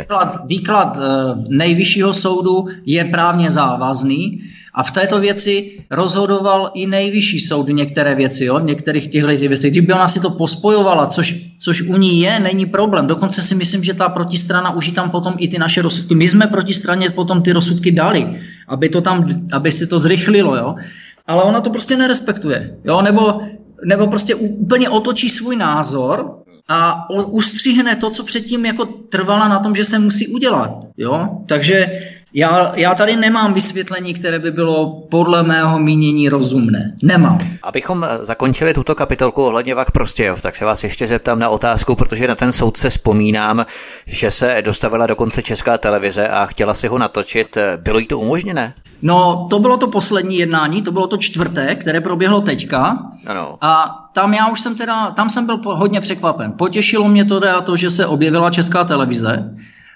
Výklad nejvyššího soudu je právně závazný a v této věci rozhodoval i nejvyšší soud některé věci, jo? Některých těchto věcí. Kdyby ona si to pospojovala, což u ní je, není problém. Dokonce si myslím, že ta protistrana už tam potom i ty naše rozsudky. My jsme protistraně potom ty rozsudky dali, aby si to zrychlilo, jo? Ale ona to prostě nerespektuje, jo? Nebo prostě úplně otočí svůj názor a ustřihne to, co předtím jako trvala na tom, že se musí udělat, jo? Takže já tady nemám vysvětlení, které by bylo podle mého mínění rozumné. Nemám. Abychom zakončili tuto kapitolku ohledně VAK Prostějov, tak se vás ještě zeptám na otázku, protože na ten soud se vzpomínám, že se dostavila dokonce Česká televize a chtěla si ho natočit. Bylo jí to umožněné? No, to bylo to poslední jednání, to bylo to 4., které proběhlo teďka. Ano. A tam jsem byl hodně překvapen. Potěšilo mě to, že se objevila Česká televize.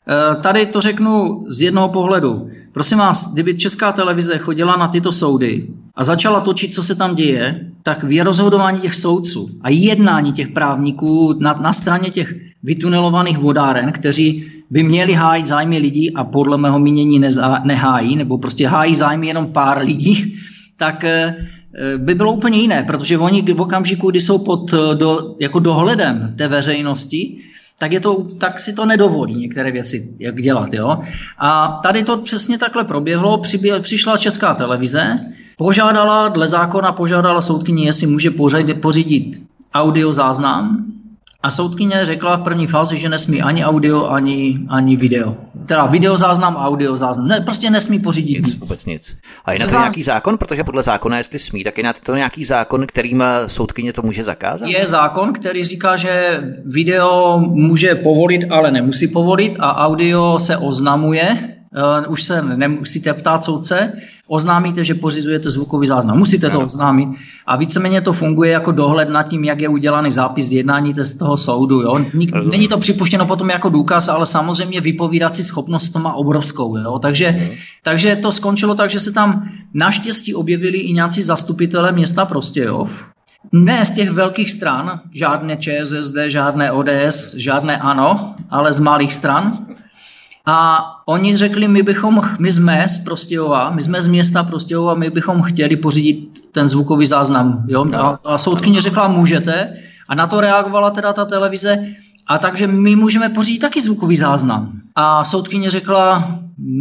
Tady to řeknu z jednoho pohledu. Prosím vás, kdyby Česká televize chodila na tyto soudy a začala točit, co se tam děje, tak v rozhodování těch soudců a jednání těch právníků na straně těch vytunelovaných vodáren, kteří by měli hájit zájmy lidí a podle mého mínění nehájí, nebo prostě hájí zájmy jenom pár lidí, tak by bylo úplně jiné, protože oni v okamžiku, kdy jsou pod jako dohledem té veřejnosti, tak si to nedovolí některé věci jak dělat. Jo? A tady to přesně takhle proběhlo, přišla Česká televize, dle zákona požádala soudkyni, jestli může pořídit audiozáznam, a soudkyně řekla v první fázi, že nesmí ani audio, ani video. Teda videozáznam a audiozáznam. Ne, prostě nesmí pořídit nic. Vůbec nic. A je na to nějaký zákon? Protože podle zákona, jestli smí, tak je na to nějaký zákon, kterým soudkyně to může zakázat? Je zákon, který říká, že video může povolit, ale nemusí povolit a audio se oznamuje. Už se nemusíte ptát soudce, oznámíte, že pořizujete zvukový záznam. Musíte to oznámit a víceméně to funguje jako dohled nad tím, jak je udělaný zápis jednání z toho soudu. Jo? Není to připuštěno potom jako důkaz, ale samozřejmě vypovídací schopnost to má obrovskou. Jo? Takže to skončilo tak, že se tam naštěstí objevili i nějací zastupitelé města Prostějov. Ne z těch velkých stran, žádné ČSSD, žádné ODS, žádné ANO, ale z malých stran. A oni řekli, my jsme z Prostějova, my jsme z města Prostějova, my bychom chtěli pořídit ten zvukový záznam. Jo? A soudkyně řekla, můžete. A na to reagovala teda ta televize, a takže my můžeme pořídit taky zvukový záznam. A soudkyně řekla,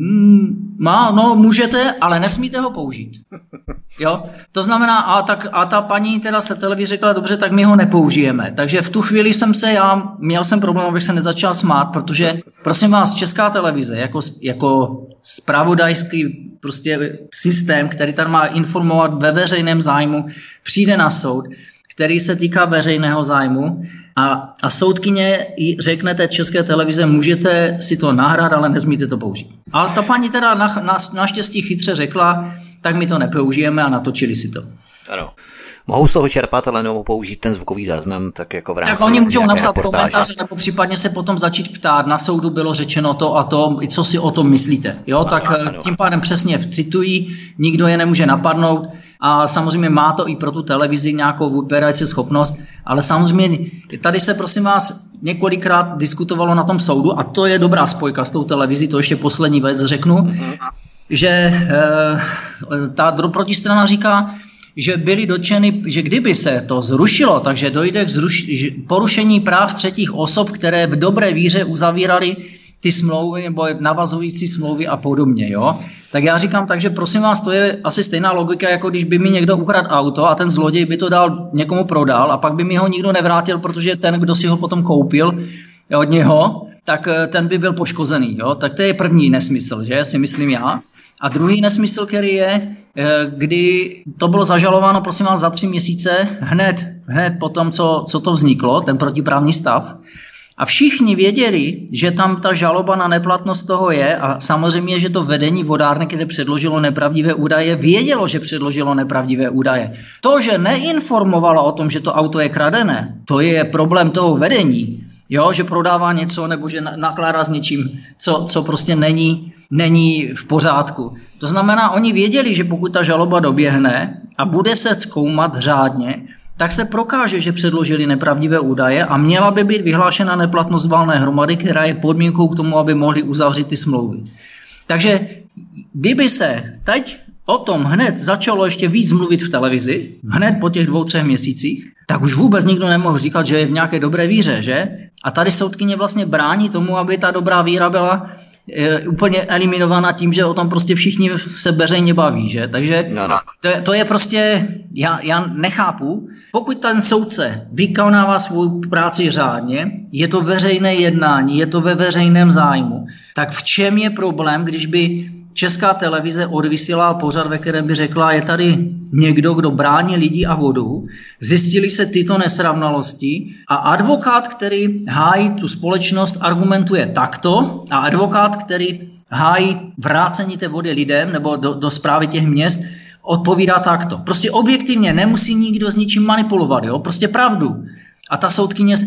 můžete, ale nesmíte ho použít. Jo? To znamená, a ta paní teda se televizi řekla, dobře, tak my ho nepoužijeme. Takže v tu chvíli měl jsem problém, abych se nezačal smát, protože, prosím vás, Česká televize jako zpravodajský prostě systém, který tady má informovat ve veřejném zájmu, přijde na soud, který se týká veřejného zájmu a soudkyně řekne té České televize, můžete si to nahrát, ale nesmíte to použít. Ale ta paní teda naštěstí chytře řekla, tak my to nepoužijeme a natočili si to. Ano. Mohou z toho čerpat, ale nemohou použít ten zvukový záznam, tak jako v rámci. Tak oni můžou napsat komentáře, nebo případně se potom začít ptát, na soudu bylo řečeno to a to, co si o tom myslíte. Jo, tak tím pádem přesně citují, nikdo je nemůže napadnout a samozřejmě má to i pro tu televizi nějakou vypadající schopnost, ale samozřejmě tady se, prosím vás, několikrát diskutovalo na tom soudu a to je dobrá spojka s tou televizí, to ještě poslední věc řeknu, že ta protistrana říká, že byli dotčeny, že kdyby se to zrušilo, takže dojde k porušení práv třetích osob, které v dobré víře uzavírali ty smlouvy nebo navazující smlouvy a podobně. Jo? Tak já říkám, takže prosím vás, to je asi stejná logika, jako když by mi někdo ukradl auto a ten zloděj by to dal někomu prodal a pak by mi ho nikdo nevrátil, protože ten, kdo si ho potom koupil od něho, tak ten by byl poškozený. Jo? Tak to je první nesmysl, že si myslím já. A druhý nesmysl, který je, kdy to bylo zažalováno, prosím vás, za 3 měsíce, hned po tom, co to vzniklo, ten protiprávní stav. A všichni věděli, že tam ta žaloba na neplatnost toho je a samozřejmě, že to vedení vodárny, které předložilo nepravdivé údaje, vědělo, že předložilo nepravdivé údaje. To, že neinformovalo o tom, že to auto je kradené, to je problém toho vedení. Jo, že prodává něco nebo že nakládá s něčím, co prostě není v pořádku. To znamená, oni věděli, že pokud ta žaloba doběhne a bude se zkoumat řádně, tak se prokáže, že předložili nepravdivé údaje a měla by být vyhlášena neplatnost valné hromady, která je podmínkou k tomu, aby mohli uzavřít ty smlouvy. Takže kdyby se teď o tom hned začalo ještě víc mluvit v televizi, hned po těch 2-3 měsících, tak už vůbec nikdo nemohl říkat, že je v nějaké dobré víře, že? A tady soudkyně vlastně brání tomu, aby ta dobrá víra byla úplně eliminovaná tím, že o tom prostě všichni se veřejně baví, že? Takže to je prostě, já nechápu, pokud ten soudce vykonává svou práci řádně, je to veřejné jednání, je to ve veřejném zájmu, tak v čem je problém, když by Česká televize odvysílala pořad, ve kterém by řekla, je tady někdo, kdo brání lidi a vodu, zjistili se tyto nesrovnalosti a advokát, který hájí tu společnost, argumentuje takto a advokát, který hájí vrácení té vody lidem nebo do správy těch měst, odpovídá takto. Prostě objektivně nemusí nikdo s ničím manipulovat, jo? Prostě pravdu. A ta soudkyně v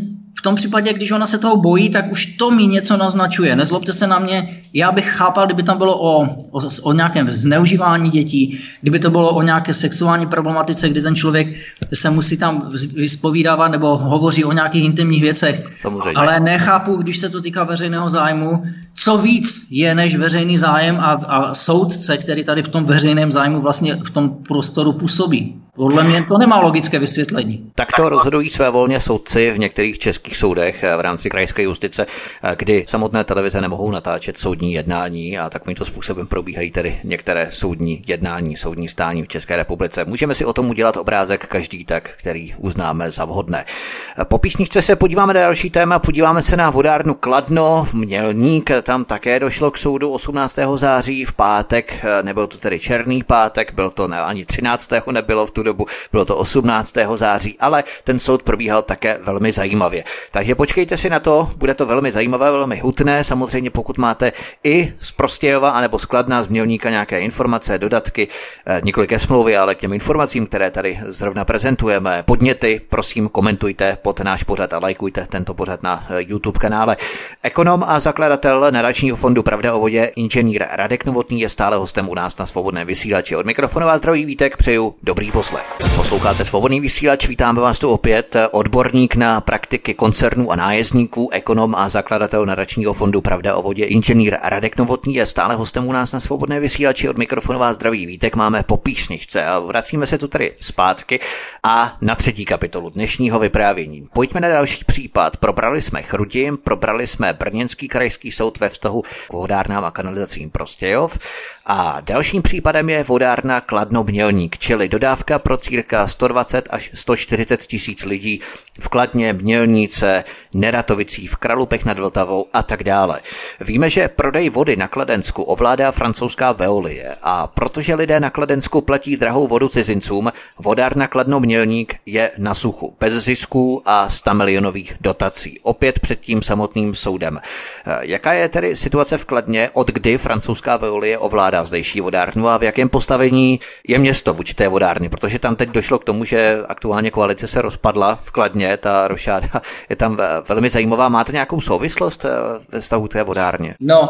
tom případě, když ona se toho bojí, tak už to mi něco naznačuje. Nezlobte se na mě, já bych chápal, kdyby tam bylo o nějakém zneužívání dětí, kdyby to bylo o nějaké sexuální problematice, kdy ten člověk se musí tam vyspovídávat nebo hovoří o nějakých intimních věcech. Samozřejmě. Ale nechápu, když se to týká veřejného zájmu, co víc je než veřejný zájem a soudce, který tady v tom veřejném zájmu vlastně v tom prostoru působí. Podle mě to nemá logické vysvětlení. Tak to rozhodují svévolně soudci v některých českých soudech v rámci krajské justice, kdy samotné televize nemohou natáčet soudní jednání a takovýmto způsobem probíhají tedy některé soudní jednání, soudní stání v České republice. Můžeme si o tom udělat obrázek každý tak, který uznáme za vhodné. Po písničce se podíváme na další téma, podíváme se na vodárnu Kladno, Mělník, tam také došlo k soudu 18. září v pátek, nebyl to tedy černý pátek, byl to ani 13. nebylo v tu dobu, bylo to 18. září, ale ten soud probíhal také velmi zajímavě. Takže počkejte si na to, bude to velmi zajímavé, velmi hutné. Samozřejmě pokud máte i z Prostějova anebo z Kladna, z Mělníka nějaké informace, dodatky, nikoli ke smlouvě, ale k těm informacím, které tady zrovna prezentujeme, podněty, prosím komentujte pod náš pořad a lajkujte tento pořad na YouTube kanále. Ekonom a zakladatel nadačního fondu Pravda o vodě, inženýr Radek Novotný je stále hostem u nás na Svobodném vysílači. Od mikrofonu vás zdraví Vítek, přeju dobrý poslech. Posloucháte Svobodný vysílač, vítáme vás tu opět. Odborník na praktiky koncernů a nájezdníků, ekonom a zakladatel nadačního fondu Pravda o vodě, inženýr Radek Novotný je stále hostem u nás na Svobodné vysílači. Od mikrofonu vás zdraví Vítek, máme po písničce a vracíme se tu tady zpátky a na třetí kapitolu dnešního vyprávění. Pojďme na další případ. Probrali jsme Chrudim, probrali jsme Brněnský krajský soud ve vztahu k vodárnám a kanalizacím Prostějov a dalším případem je vodárna Kladno Mělník, čili dodávka pro cirka 120 až 140 tisíc lidí v Kladně, Mělníce, Neratovicích, v Kralupech nad Vltavou a tak dále. Víme, že prodej vody na Kladensku ovládá francouzská Veolie a protože lidé na Kladensku platí drahou vodu cizincům, vodárna Kladno Mělník je na suchu, bez zisků a 100 milionových dotací. Opět před tím samotným soudem. Jaká je tedy situace v Kladně, od kdy francouzská Veolie ovládá zdejší vodárnu a v jakém postavení je město vůči té vodárny, protože tam teď došlo k tomu, že aktuálně koalice se rozpadla v Kladně, ta rošáda je tam velmi zajímavá. Má to nějakou souvislost ve vztahu té vodárně? No,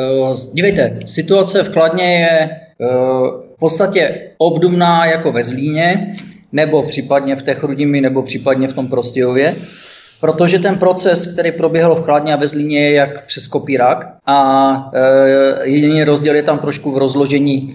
dívejte, situace v Kladně je v podstatě obdobná jako ve Zlíně, nebo případně v té Chrudimi, nebo případně v tom Prostějově, protože ten proces, který proběhl v Kladně a ve Zlíně, je jak přes kopírák a jediný rozdíl je tam trošku v rozložení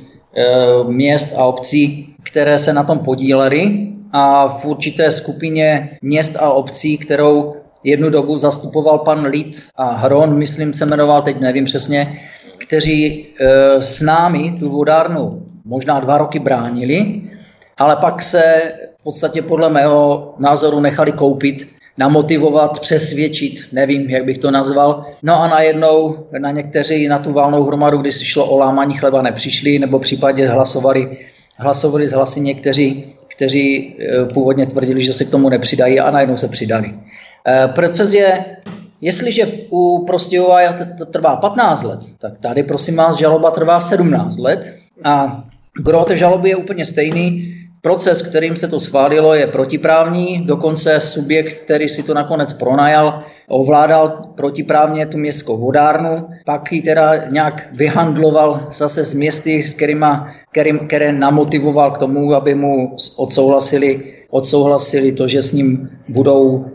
měst a obcí, které se na tom podílely a v určité skupině měst a obcí, kterou jednu dobu zastupoval pan Lít a Hron, myslím se jmenoval, teď nevím přesně, kteří s námi tu vodárnu možná 2 roky bránili, ale pak se v podstatě podle mého názoru nechali koupit, namotivovat, přesvědčit, nevím, jak bych to nazval. No a najednou na někteří na tu válnou hromadu, kdy si šlo o lámání chleba, nepřišli, nebo případně hlasovali z hlasy někteří, kteří původně tvrdili, že se k tomu nepřidají a najednou se přidali. Proces je, jestliže u Prostějova to trvá 15 let, tak tady prosím vás žaloba trvá 17 let a gro té žaloby je úplně stejný. Proces, kterým se to schválilo, je protiprávní, dokonce subjekt, který si to nakonec pronajal, ovládal protiprávně tu městskou vodárnu, pak ji teda nějak vyhandloval zase s městy, které namotivoval k tomu, aby mu odsouhlasili to, že s ním budou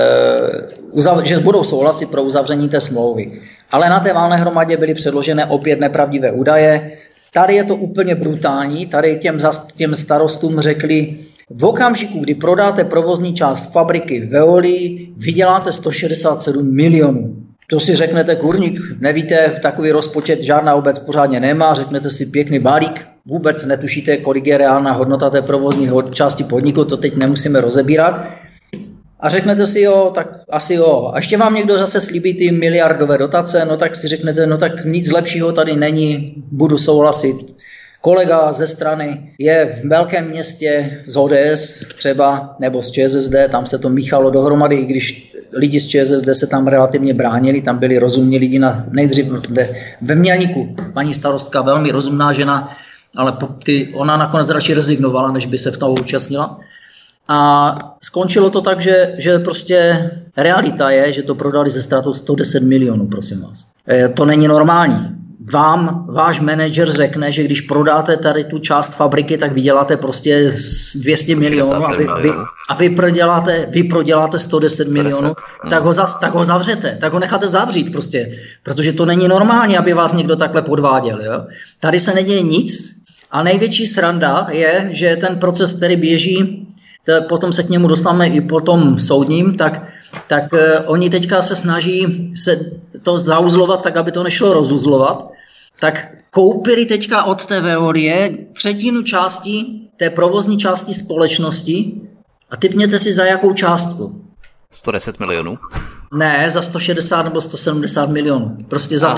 souhlasit pro uzavření té smlouvy. Ale na té valné hromadě byly předložené opět nepravdivé údaje. Tady je to úplně brutální, tady těm starostům řekli, v okamžiku, kdy prodáte provozní část fabriky Veolii, vyděláte 167 milionů. To si řeknete, kurník, nevíte, takový rozpočet žádná obec pořádně nemá, řeknete si pěkný balík, vůbec netušíte, kolik je reálná hodnota té provozní části podniku, to teď nemusíme rozebírat. A řeknete si jo, tak asi jo. A ještě vám někdo zase slíbí ty miliardové dotace, no tak si řeknete, no tak nic lepšího tady není, budu souhlasit. Kolega ze strany je v velkém městě z ODS třeba, nebo z ČSSD, tam se to míchalo dohromady, i když lidi z ČSSD se tam relativně bránili, tam byli rozumní lidi, nejdřív ve Mělníku, paní starostka, velmi rozumná žena, ale ona nakonec radši rezignovala, než by se v tom účastnila. A skončilo to tak, že prostě realita je, že to prodali ze ztrátou 110 milionů, prosím vás. To není normální. Vám váš manažer řekne, že když prodáte tady tu část fabriky, tak vyděláte prostě 200 milionů a vy proděláte 110 milionů, tak ho zavřete, tak ho necháte zavřít prostě, protože to není normální, aby vás někdo takhle podváděl. Jo? Tady se neděje nic a největší sranda je, že ten proces, který běží, potom se k němu dostaneme i po tom soudním, tak oni teďka se snaží se to zauzlovat tak, aby to nešlo rozuzlovat, tak koupili teďka od té Veolie třetinu části té provozní části společnosti a tipněte si za jakou částku. 110 milionů? Ne, za 160 nebo 170 milionů. Prostě za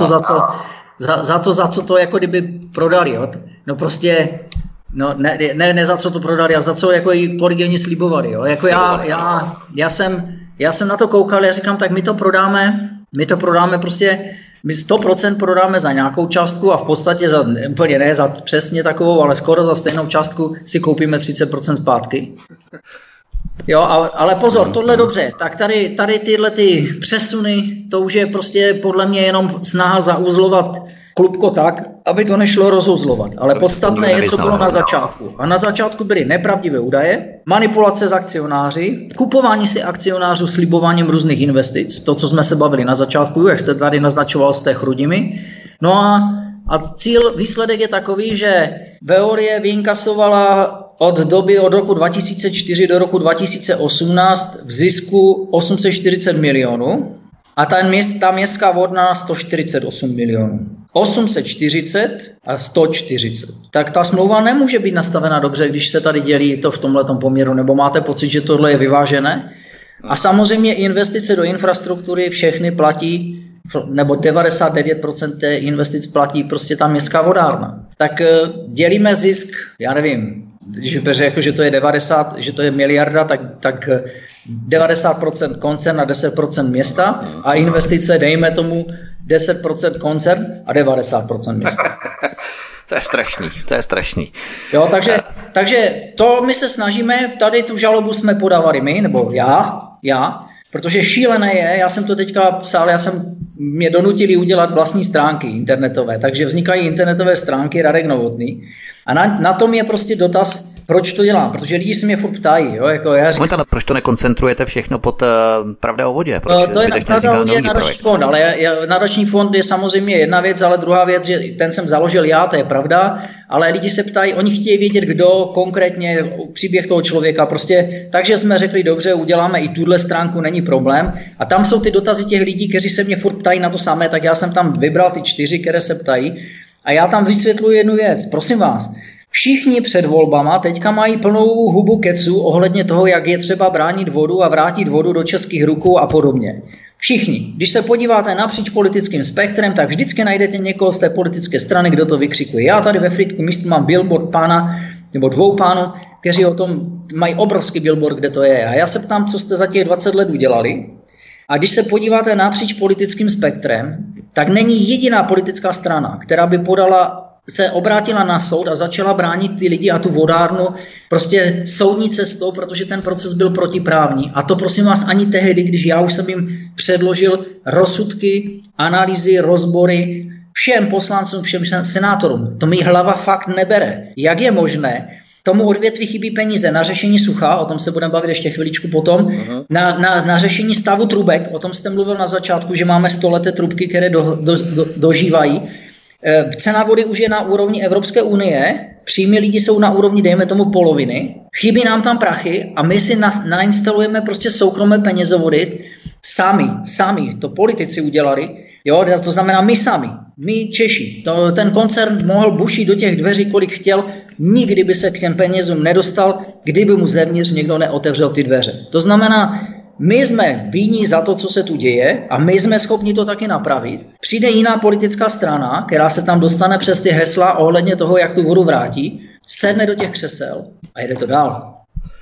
to, za co to jako kdyby prodali. Jo? No prostě, no ne za co to prodali, ale za co jako kolik oni slibovali. Jo? Jako já jsem na to koukal, já říkám, tak my to prodáme prostě, my 100% prodáme za nějakou částku a v podstatě úplně ne za přesně takovou, ale skoro za stejnou částku si koupíme 30% zpátky. Jo, ale pozor, tohle dobře, tak tady tyhle ty přesuny, to už je prostě podle mě jenom snaha zauzlovat klubko tak, aby to nešlo rozuzlovat. Ale podstatné je, co bylo na začátku. A na začátku byly nepravdivé údaje, manipulace s akcionáři, kupování si akcionářů slibováním různých investic, to, co jsme se bavili na začátku, jak jste tady naznačoval s té Chrudimi. No a výsledek je takový, že Veolie vyinkasovala od roku 2004 do roku 2018 v zisku 840 milionů a ta městská vodná 148 milionů. 840 a 140. Tak ta smlouva nemůže být nastavena dobře, když se tady dělí to v tomhletom poměru, nebo máte pocit, že tohle je vyvážené? A samozřejmě investice do infrastruktury všechny platí, nebo 99% té investic platí prostě ta městská vodárna. Tak dělíme zisk, já nevím, když řekl, že to je 90, že to je miliarda, tak 90% koncern a 10% města a investice dejme tomu 10% koncern a 90% města. To je strašný. Jo, takže to my se snažíme, tady tu žalobu jsme podávali my, nebo já, protože šílené je, já jsem to teďka psal, mě donutili udělat vlastní stránky internetové, takže vznikají internetové stránky Radek Novotný a na tom je prostě dotaz, proč to dělám, protože lidi se mě furt ptají. Jo, jako já říkám, ale proč to nekoncentrujete všechno pod Pravda o vodě? To je Pravda o vodě nadační fond, ale nadační fond je samozřejmě jedna věc, ale druhá věc, že ten jsem založil já, to je pravda, ale lidi se ptají, oni chtějí vědět, kdo konkrétně příběh toho člověka, prostě, takže jsme řekli, dobře, uděláme i tuhle stránku, není problém a tam jsou ty dotazy těch lidí, kteří se mě furt ptají na to samé, tak já jsem tam vybral ty 4, které se ptají a já tam vysvětluji jednu věc, prosím vás. Všichni před volbama teďka mají plnou hubu keců ohledně toho, jak je třeba bránit vodu a vrátit vodu do českých rukou a podobně. Všichni. Když se podíváte napříč politickým spektrem, tak vždycky najdete někoho z té politické strany, kdo to vykřikuje. Já tady ve Frýdku místě mám billboard pána, nebo 2 pánů, kteří o tom mají obrovský billboard, kde to je. A já se ptám, co jste za těch 20 let udělali. A když se podíváte napříč politickým spektrem, tak není jediná politická strana, která by se obrátila na soud a začala bránit ty lidi a tu vodárnu prostě soudní cestou, protože ten proces byl protiprávní. A to prosím vás ani tehdy, když já už jsem jim předložil rozsudky, analýzy, rozbory všem poslancům, všem senátorům. To mi hlava fakt nebere. Jak je možné, tomu odvětví chybí peníze na řešení sucha, o tom se budeme bavit ještě chviličku potom, na řešení stavu trubek, o tom jste mluvil na začátku, že máme 100leté trubky, které dožívají. Cena vody už je na úrovni Evropské unie, příjmy lidí jsou na úrovni, dejme tomu, poloviny, chybí nám tam prachy a my si nainstalujeme prostě soukromé penězovody sami, to politici udělali, jo, to znamená my sami, my Češi. Ten koncern mohl bušit do těch dveří, kolik chtěl, nikdy by se k těm penězům nedostal, kdyby mu zevnitř někdo neotevřel ty dveře. To znamená, my jsme vinní za to, co se tu děje a my jsme schopni to taky napravit. Přijde jiná politická strana, která se tam dostane přes ty hesla ohledně toho, jak tu vodu vrátí, sedne do těch křesel a jede to dál.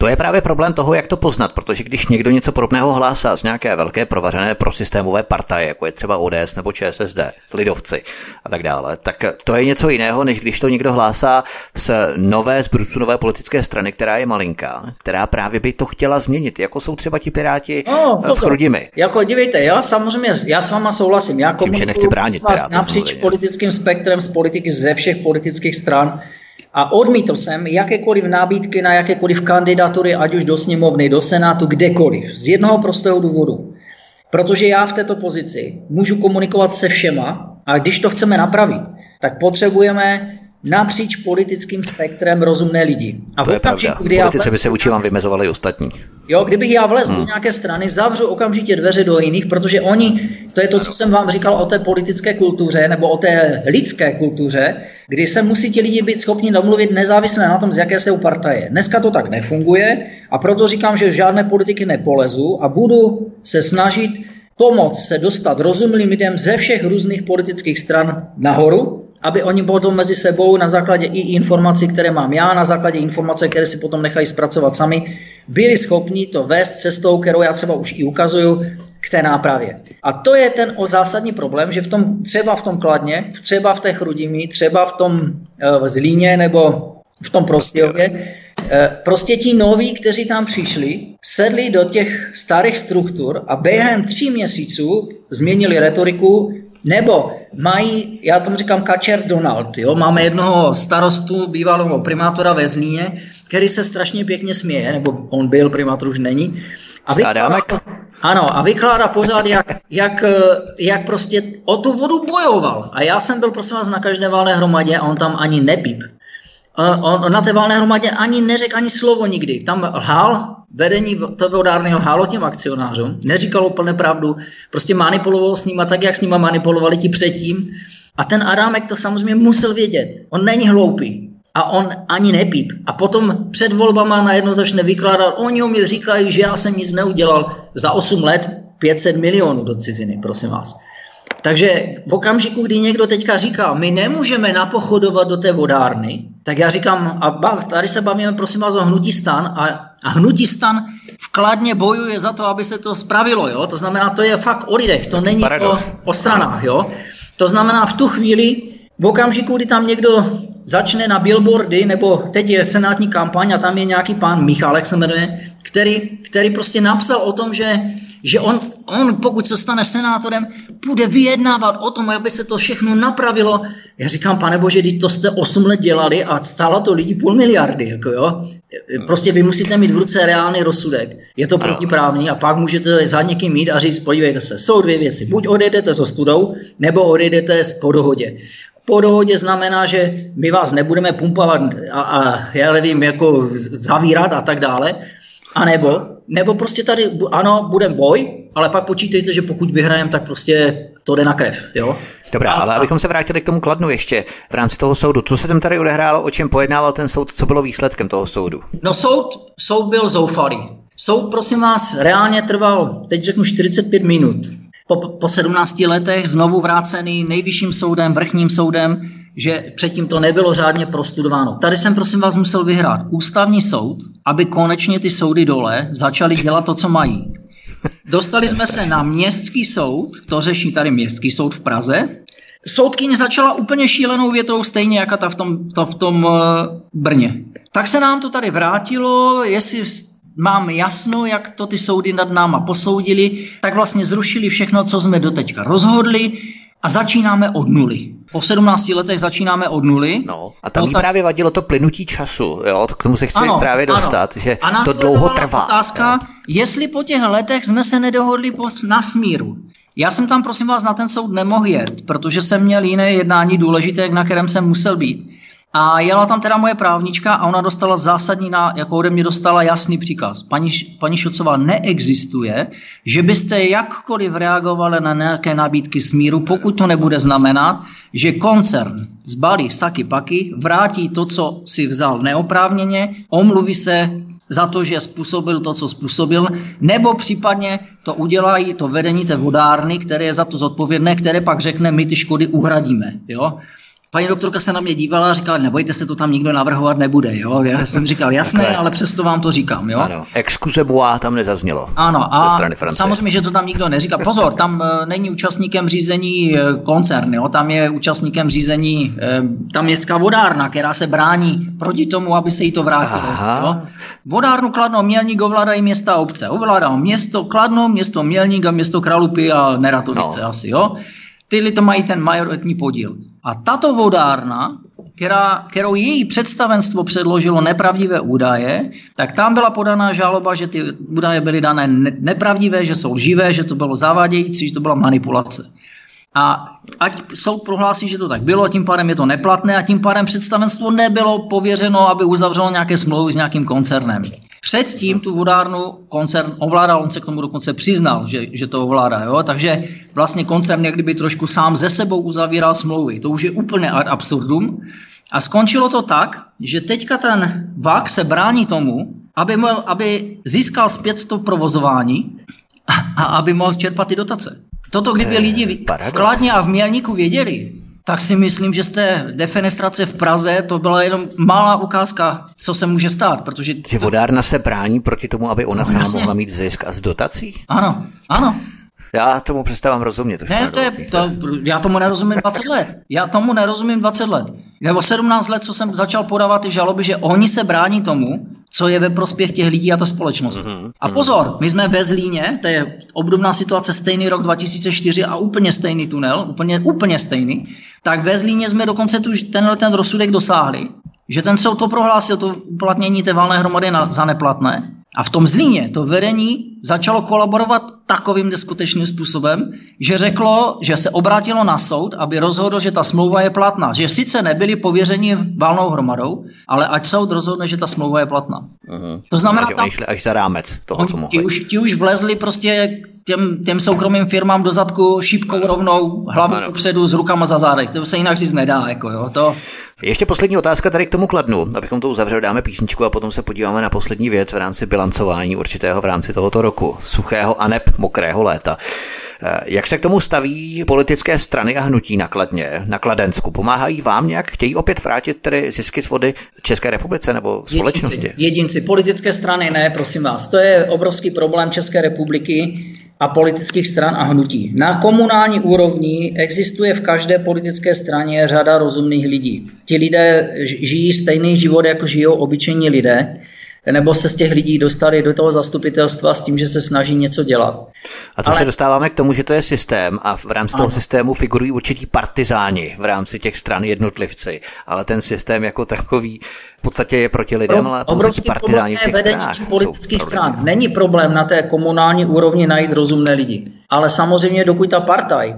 To je právě problém toho, jak to poznat, protože když někdo něco podobného hlásá z nějaké velké provařené prosystémové partaje, jako je třeba ODS nebo ČSSD, lidovci a tak dále, tak to je něco jiného, než když to někdo hlásá z brusu nové politické strany, která je malinká, která právě by to chtěla změnit, jako jsou třeba ti Piráti s Chrudimi. Jako dívejte, já s váma souhlasím. Já komunikuju napříč politickým spektrem z politiky ze všech politických stran a odmítl jsem jakékoliv nabídky na jakékoliv kandidatury, ať už do sněmovny, do senátu, kdekoliv. Z jednoho prostého důvodu. Protože já v této pozici můžu komunikovat se všema a když to chceme napravit, tak potřebujeme napříč politickým spektrem rozumné lidi. A to je pravda. V politice by se vůči vám vymezovali ostatní. Jo, kdybych já vlez do nějaké strany, zavřu okamžitě dveře do jiných, protože oni, to je to, co jsem vám říkal o té politické kultuře, nebo o té lidské kultuře, kdy se musí ti lidi být schopni domluvit nezávisle na tom, z jaké jsou partaje. Dneska to tak nefunguje a proto říkám, že v žádné politiky nepolezu a budu se snažit pomoct se dostat rozumným lidem ze všech různých politických stran nahoru, aby oni potom mezi sebou na základě i informací, které mám já, na základě informací, které si potom nechají zpracovat sami, byli schopni to vést cestou, kterou já třeba už i ukazuju, k té nápravě. A to je ten zásadní problém, že třeba v tom Kladně, třeba v té Chrudimi, třeba v tom Zlíně nebo v tom Prostějově, prostě ti noví, kteří tam přišli, sedli do těch starých struktur a během 3 měsíců změnili retoriku, nebo mají, já tomu říkám Kačer Donald, jo? Máme jednoho starostu, bývalého primátora ve Zlíně, který se strašně pěkně směje, nebo on byl, primátor už není. A vykládá pořád, jak prostě o tu vodu bojoval. A já jsem byl, prosím vás, na každé valné hromadě a on tam ani nepíp. On na té valné hromadě ani neřekl ani slovo nikdy. Tam lhal, vedení té vodárny lhalo těm akcionářům, neříkalo plně pravdu, prostě manipuloval s nima tak, jak s nima manipulovali ti předtím. A ten Adámek to samozřejmě musel vědět. On není hloupý a on ani nepíp. A potom před volbama najednou začne vykládat, oni o mě říkají, že já jsem nic neudělal za 8 let 500 milionů do ciziny, prosím vás. Takže v okamžiku, kdy někdo teďka říká, my nemůžeme napochodovat do té vodárny, tak já říkám, tady se bavíme, prosím vás, o hnutí STAN a hnutí STAN v Kladně bojuje za to, aby se to spravilo, jo? To znamená, to je fakt o lidech, to není o stranách, jo? To znamená, v tu chvíli, v okamžiku, kdy tam někdo začne na billboardy, nebo teď je senátní kampaň a tam je nějaký pán Michálek se jmenuje, který prostě napsal o tom, že on pokud se stane senátorem, bude vyjednávat o tom, aby se to všechno napravilo. Já říkám, pane bože, to jste 8 let dělali a stálo to lidi 500 miliardy. Jako jo. Prostě vy musíte mít v ruce reálný rozsudek. Je to protiprávní a pak můžete za někým mít a říct, podívejte se, jsou 2 věci. Buď odejdete s ostudou, nebo odejdete po dohodě. Po dohodě znamená, že my vás nebudeme pumpovat a já nevím, jako zavírat a tak dále. A nebo prostě tady, ano, budem boj, ale pak počítejte, že pokud vyhrajem, tak prostě to jde na krev, jo? Dobrá, ale abychom se vrátili k tomu Kladnu ještě v rámci toho soudu. Co se tam tady odehrálo, o čem pojednával ten soud, co bylo výsledkem toho soudu? No soud byl zoufalý. Soud, prosím vás, reálně trval, teď řeknu 45 minut. Po 17 letech znovu vrácený nejvyšším soudem, vrchním soudem, že předtím to nebylo řádně prostudováno. Tady jsem, prosím vás, musel vyhrát ústavní soud, aby konečně ty soudy dole začaly dělat to, co mají. Dostali jsme se na městský soud, to řeší tady městský soud v Praze. Soudkyně začala úplně šílenou větou, stejně jako ta v tom Brně. Tak se nám to tady vrátilo, jestli mám jasno, jak to ty soudy nad náma posoudili, tak vlastně zrušili všechno, co jsme doteďka rozhodli a začínáme od nuly. Po 17 letech začínáme od nuly. No, a tam právě vadilo to plynutí času, jo? K tomu se chci právě dostat, že to dlouho trvá. Otázka, jestli po těch letech jsme se nedohodli na smíru. Já jsem tam, prosím vás, na ten soud nemohl jet, protože jsem měl jiné jednání důležité, na kterém jsem musel být. A jela tam teda moje právnička a ona dostala zásadní, jako ode mě dostala jasný příkaz. Paní Šocová, neexistuje, že byste jakkoliv reagovali na nějaké nabídky smíru, pokud to nebude znamenat, že koncern zbalí saky paky, vrátí to, co si vzal neoprávněně, omluví se za to, že způsobil to, co způsobil, nebo případně to udělají to vedení té vodárny, které je za to zodpovědné, které pak řekne, my ty škody uhradíme. Jo? Paní doktorka se na mě dívala a říkala, nebojte se, to tam nikdo navrhovat nebude, jo. Já jsem říkal, jasné, ale přesto vám to říkám, jo. Ano, excusez-moi tam nezaznělo. Ano, a samozřejmě, že to tam nikdo neříká. Pozor, tam není účastníkem řízení koncern, jo. Tam je účastníkem řízení ta městská vodárna, která se brání proti tomu, aby se jí to vrátilo. Jo? Vodárnu Kladno, Mělník ovládají města a obce. Ovládá město Kladno, město Mělník a město Kralupy a Neratovice asi, jo. Tyhle to mají ten majoritní podíl. A tato vodárna, kterou její představenstvo předložilo nepravdivé údaje, tak tam byla podaná žaloba, že ty údaje byly dané nepravdivé, že jsou lživé, že to bylo zavádějící, že to byla manipulace. A ať soud prohlásí, že to tak bylo, a tím pádem je to neplatné a tím pádem představenstvo nebylo pověřeno, aby uzavřelo nějaké smlouvy s nějakým koncernem. Předtím tu vodárnu koncern ovládal, on se k tomu dokonce přiznal, že to ovládá. Jo? Takže vlastně koncern jak kdyby trošku sám ze sebou uzavíral smlouvy. To už je úplně ad absurdum. A skončilo to tak, že teďka ten VAK se brání tomu, aby získal zpět to provozování a aby mohl čerpat ty dotace. Toto, kdyby lidi v Kladně a v Mělníku věděli, tak si myslím, že z té defenestrace v Praze to byla jenom malá ukázka, co se může stát, protože... Že vodárna se brání proti tomu, aby ona sama mohla mít zisk a z dotací? Ano, ano. Já tomu přestávám rozumět. Já tomu nerozumím 20 let. Nebo 17 let, co jsem začal podávat ty žaloby, že oni se brání tomu, co je ve prospěch těch lidí a ta společnost. A pozor, my jsme ve Zlíně, to je obdobná situace, stejný rok 2004 a úplně stejný tunel, úplně stejný, tak ve Zlíně jsme dokonce ten rozsudek dosáhli, že ten soud to prohlásil, to uplatnění té valné hromady za neplatné. A v tom Zlíně to vedení začalo kolaborovat takovým neskutečným způsobem, že řeklo, že se obrátilo na soud, aby rozhodl, že ta smlouva je platná. Že sice nebyli pověřeni valnou hromadou, ale ať soud rozhodne, že ta smlouva je platná. To znamená, že oni šli až za rámec toho, co mohli. Ti už vlezli prostě těm soukromým firmám do zadku šípkou rovnou, hlavou dopředu s rukama za zádech. To se jinak říct nedá. Ještě poslední otázka tady k tomu Kladnu. Abychom to uzavřeli, dáme písničku a potom se podíváme na poslední věc v rámci bilancování určitého v rámci tohoto roku. Suchého aneb mokrého léta. Jak se k tomu staví politické strany a hnutí na Kladně, na Kladensku? Pomáhají vám nějak? Chtějí opět vrátit tedy zisky z vody České republice nebo společnosti? Jedinci. Politické strany ne, prosím vás. To je obrovský problém České republiky a politických stran a hnutí. Na komunální úrovni existuje v každé politické straně řada rozumných lidí. Ti lidé žijí stejný život, jako žijou obyčejní lidé, nebo se z těch lidí dostali do toho zastupitelstva s tím, že se snaží něco dělat. A to se dostáváme k tomu, že to je systém a v rámci toho systému figurují určití partizáni v rámci těch stran jednotlivci, ale ten systém jako takový v podstatě je proti lidem, ale pouze partizáni v těch stranách. Politických stran. Není problém na té komunální úrovni najít rozumné lidi, ale samozřejmě dokud ta partaj,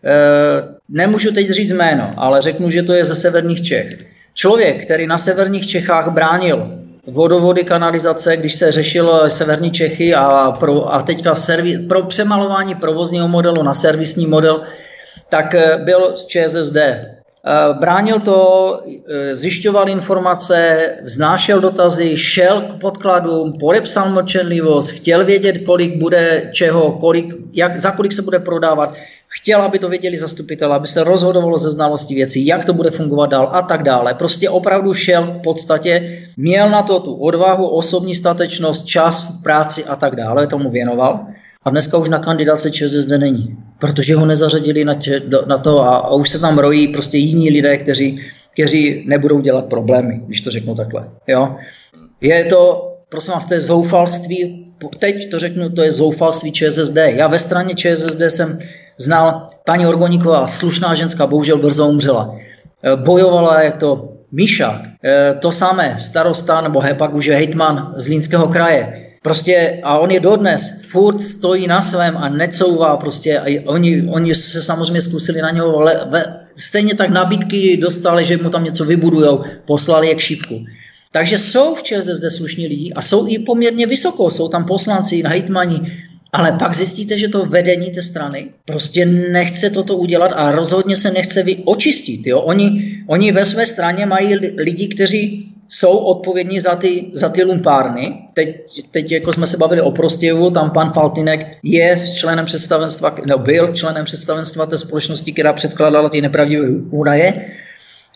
nemůžu teď říct jméno, ale řeknu, že to je ze severních Čech. Člověk, který na severních Čechách bránil vodovody, kanalizace, když se řešilo severní Čechy a teďka pro přemalování provozního modelu na servisní model, tak byl z ČSSD. Bránil to, zjišťoval informace, vznášel dotazy, šel k podkladům, podepsal mlčenlivost, chtěl vědět, kolik bude čeho, za kolik se bude prodávat. Chtěl, aby to věděli zastupitelé, aby se rozhodovalo ze znalosti věcí, jak to bude fungovat dál a tak dále. Prostě opravdu šel v podstatě, měl na to tu odvahu, osobní statečnost, čas, práci a tak dále, tomu věnoval. A dneska už na kandidace ČSSD není, protože ho nezařadili na to a už se tam rojí prostě jiní lidé, kteří nebudou dělat problémy, když to řeknu takhle. Jo? Je to, prosím vás, to je zoufalství, teď to řeknu, to je zoufalství ČSSD. Já ve straně ČSSD jsem znal paní Orgoníková, slušná ženská, bohužel brzo umřela. Bojovala jak to Míša, to samé, starosta, nebo pak už je hejtman Zlínského kraje. Prostě a on je dodnes, furt stojí na svém a necouvá prostě. A oni se samozřejmě zkusili na něho, stejně tak nabídky dostali, že mu tam něco vybudujou, poslali je k šípku. Takže jsou v ČSSD slušní lidi a jsou i poměrně vysoko, jsou tam poslanci, hejtmani, ale pak zjistíte, že to vedení té strany prostě nechce toto udělat a rozhodně se nechce očistit. Jo? Oni ve své straně mají lidi, kteří jsou odpovědní za ty lumpárny. Teď jako jsme se bavili o Prostějovu, tam pan Faltýnek je členem představenstva, byl členem představenstva té společnosti, která předkládala ty nepravdivé údaje.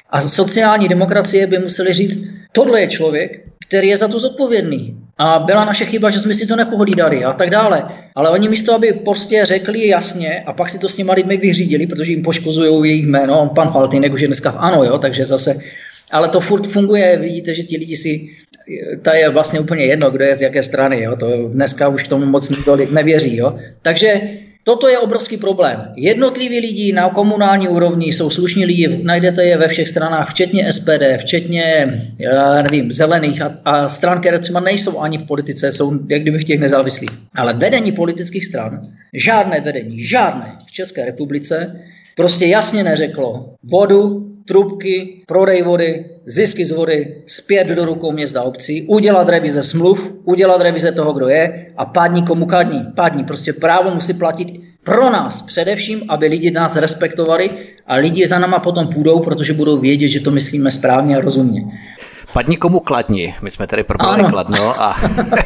A sociální demokracie by museli říct, tohle je člověk, který je za to zodpovědný. A byla naše chyba, že jsme si to nepohlídali a tak dále. Ale oni místo, aby prostě řekli jasně a pak si to s těma lidmi vyřídili, protože jim poškozují jejich jméno, pan Faltýnek už je dneska v ANO, jo, takže zase, ale to furt funguje, vidíte, že ti lidi si, to je vlastně úplně jedno, kdo je z jaké strany, jo, to dneska už k tomu moc nikdo nevěří, jo. Takže toto je obrovský problém. Jednotliví lidi na komunální úrovni jsou slušní lidi, najdete je ve všech stranách, včetně SPD, včetně, já nevím, zelených a stran, které třeba nejsou ani v politice, jsou jak kdyby v těch nezávislých. Ale vedení politických stran, žádné v České republice prostě jasně neřeklo vodu, trubky, prodej vody, zisky z vody zpět do rukou měst a obcí, udělat revize smluv, udělat revize toho, kdo je a pádní komu pádní. Prostě právo musí platit pro nás především, aby lidi nás respektovali a lidi za náma potom půjdou, protože budou vědět, že to myslíme správně a rozumně. Padni komu kladni. My jsme tady probrali Kladno a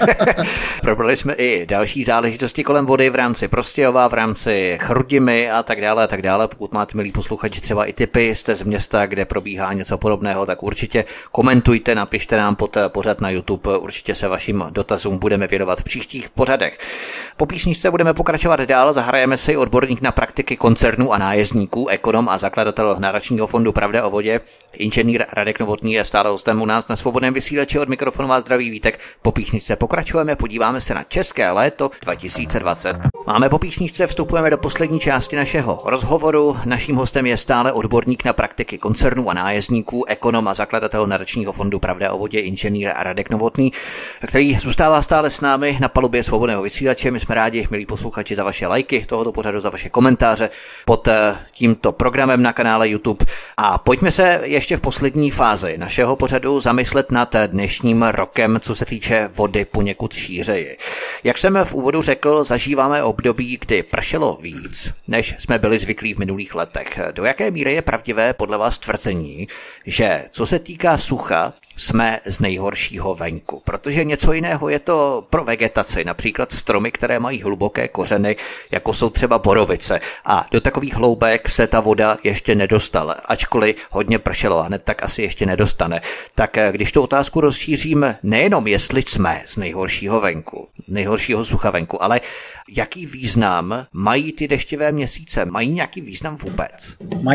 probrali jsme i další záležitosti kolem vody v rámci Prostějova, v rámci Chrudimi a tak dále a tak dále. Pokud máte, milí posluchači, třeba i tipy, jste z města, kde probíhá něco podobného, tak určitě komentujte, napište nám pod pořad na YouTube. Určitě se vašim dotazům budeme věnovat v příštích pořadech. Po písničce budeme pokračovat dál, zahrajeme si odborník na praktiky koncernů a nájezdníků, ekonom a zakladatel Nadačního fondu Pravda o vodě, inženýr Radek Novotný je stále hostem u nás na Svobodném vysílači. Od mikrofonu vás zdraví Vítek. Po písničce pokračujeme, podíváme se na české léto 2020. Máme po písničce, vstupujeme do poslední části našeho rozhovoru. Naším hostem je stále odborník na praktiky koncernů a nájezdníků, ekonom a zakladatel Nadačního fondu Pravda o vodě, inženýr Radek Novotný, který zůstává stále s námi na palubě Svobodného vysílače. My jsme rádi, milí posluchači, za vaše lajky tohoto pořadu, za vaše komentáře pod tímto programem na kanále YouTube. A pojďme se ještě v poslední fázi našeho pořadu zamyslet nad dnešním rokem, co se týče vody poněkud šířeji. Jak jsem v úvodu řekl, zažíváme období, kdy pršelo víc, než jsme byli zvyklí v minulých letech. Do jaké míry je pravdivé podle vás tvrzení, že co se týká sucha, jsme z nejhoršího venku? Protože něco jiného je to pro vegetaci, například stromy, které mají hluboké kořeny, jako jsou třeba borovice. A do takových hloubek se ta voda ještě nedostala, ačkoliv hodně pršelo a hned tak asi ještě nedostane. Tak když tu otázku rozšířím, nejenom jestli jsme z nejhoršího venku, nejhoršího sucha venku, ale jaký význam mají ty deštivé měsíce? Mají nějaký význam vůbec?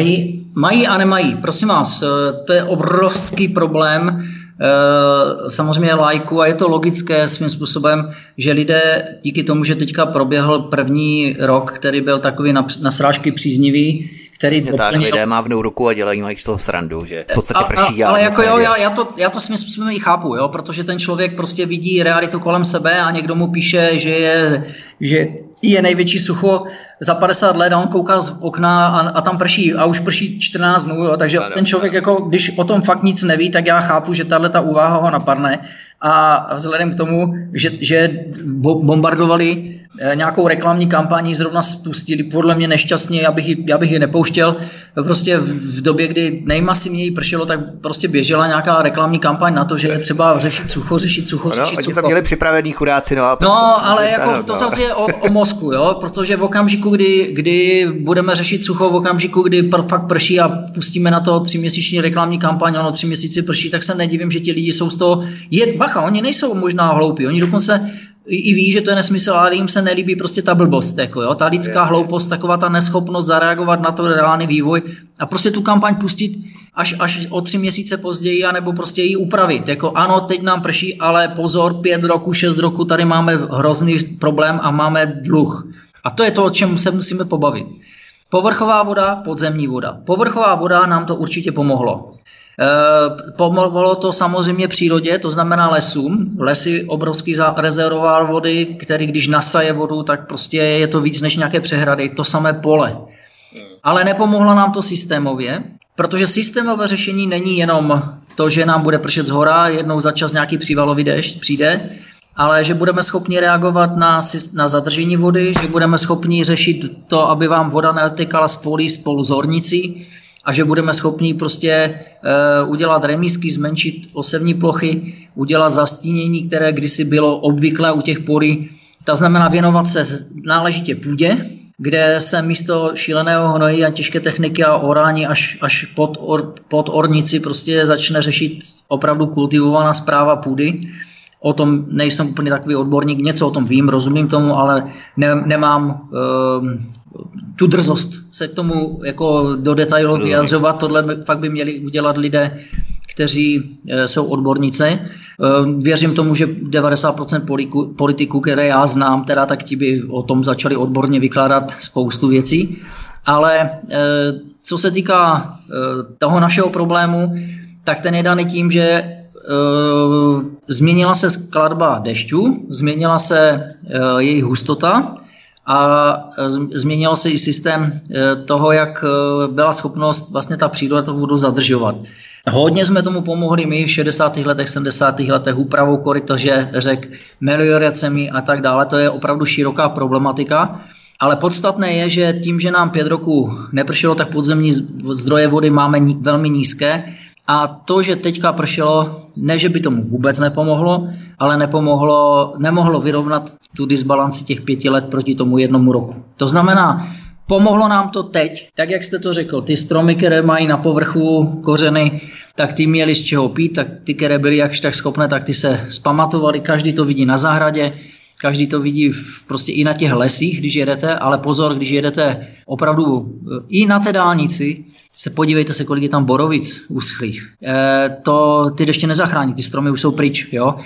Mají a nemají. Prosím vás, to je obrovský problém. Samozřejmě lajku a je to logické svým způsobem, že lidé díky tomu, že teďka proběhl první rok, který byl takový na srážky příznivý, který tak, lidé mávnou ruku a dělají z toho srandu, že v podstatě prší. Ale jako jo, já to svým způsobem i chápu, jo, protože ten člověk prostě vidí realitu kolem sebe a někdo mu píše, že je největší sucho za 50 let a on kouká z okna a tam prší a už prší 14 dnů, jo, takže ten člověk, jako, když o tom fakt nic neví, tak já chápu, že tato úvaha ho napadne a vzhledem k tomu, že bombardovali nějakou reklamní kampaní, zrovna spustili, podle mě nešťastně, já bych ji nepouštěl. Prostě v době, kdy nejmasivněji pršelo, tak prostě běžela nějaká reklamní kampaň na to, že je třeba řešit sucho. Oni to měli připravený chudáci. Ale jako to zase je o mozku, jo? Protože v okamžiku, kdy budeme řešit sucho, v okamžiku, kdy fakt prší a pustíme na to 3měsíční reklamní kampaň, 3 měsíce prší, tak se nedivím, že ti lidi jsou z toho... Bacha, oni nejsou možná hloupí, oni dokonce i ví, že to je nesmysl, ale jim se nelíbí prostě ta blbost, jako jo, ta lidská hloupost, taková ta neschopnost zareagovat na to reálný vývoj a prostě tu kampaň pustit až o 3 měsíce později, anebo prostě ji upravit, jako ano, teď nám prší, ale pozor, 5 roku, 6 roku, tady máme hrozný problém a máme dluh. A to je to, o čem se musíme pobavit. Povrchová voda, podzemní voda. Povrchová voda nám to určitě pomohlo. Pomohlo to samozřejmě přírodě, to znamená lesům. Lesy obrovský rezervoár vody, který když nasaje vodu, tak prostě je to víc než nějaké přehrady, to samé pole. Ale nepomohlo nám to systémově, protože systémové řešení není jenom to, že nám bude pršet zhora, jednou za čas nějaký přívalový déšť přijde, ale že budeme schopni reagovat na zadržení vody, že budeme schopni řešit to, aby vám voda neotykala z polí spolu s hornicí, a že budeme schopni prostě udělat remízky, zmenšit osevní plochy, udělat zastínění, které kdysi bylo obvyklé u těch polí. To znamená věnovat se náležitě půdě, kde se místo šíleného hnojí a těžké techniky a orání až pod ornici prostě začne řešit opravdu kultivovaná správa půdy. O tom nejsem úplně takový odborník, něco o tom vím, rozumím tomu, ale nemám tu drzost se k tomu jako do detailu vyjadřovat. Tohle fakt by měli udělat lidé, kteří jsou odborníci. Věřím tomu, že 90% politiků, které já znám, teda tak ti by o tom začali odborně vykládat spoustu věcí. Ale co se týká toho našeho problému, tak ten je daný tím, že změnila se skladba dešťů, změnila se jejich hustota a změnil se i systém toho, jak byla schopnost vlastně ta příroda tu vodu zadržovat. Hodně jsme tomu pomohli my v 60. letech, 70. letech úpravou korytaže řek, melioracemi a tak dále. To je opravdu široká problematika. Ale podstatné je, že tím, že nám 5 roků nepršelo, tak podzemní zdroje vody máme velmi nízké. A to, že teďka pršelo, ne, že by tomu vůbec nepomohlo, ale nemohlo vyrovnat tu disbalanci těch 5 let proti tomu 1 roku. To znamená, pomohlo nám to teď, tak jak jste to řekl, ty stromy, které mají na povrchu kořeny, tak ty měly z čeho pít, tak ty, které byly jakž tak schopné, tak ty se zpamatovaly, každý to vidí na zahradě, každý to vidí prostě i na těch lesích, když jedete, ale pozor, když jedete opravdu i na té dálnici, podívejte se, kolik je tam borovic uschlých. Ty deště nezachrání, ty stromy už jsou pryč. Jo?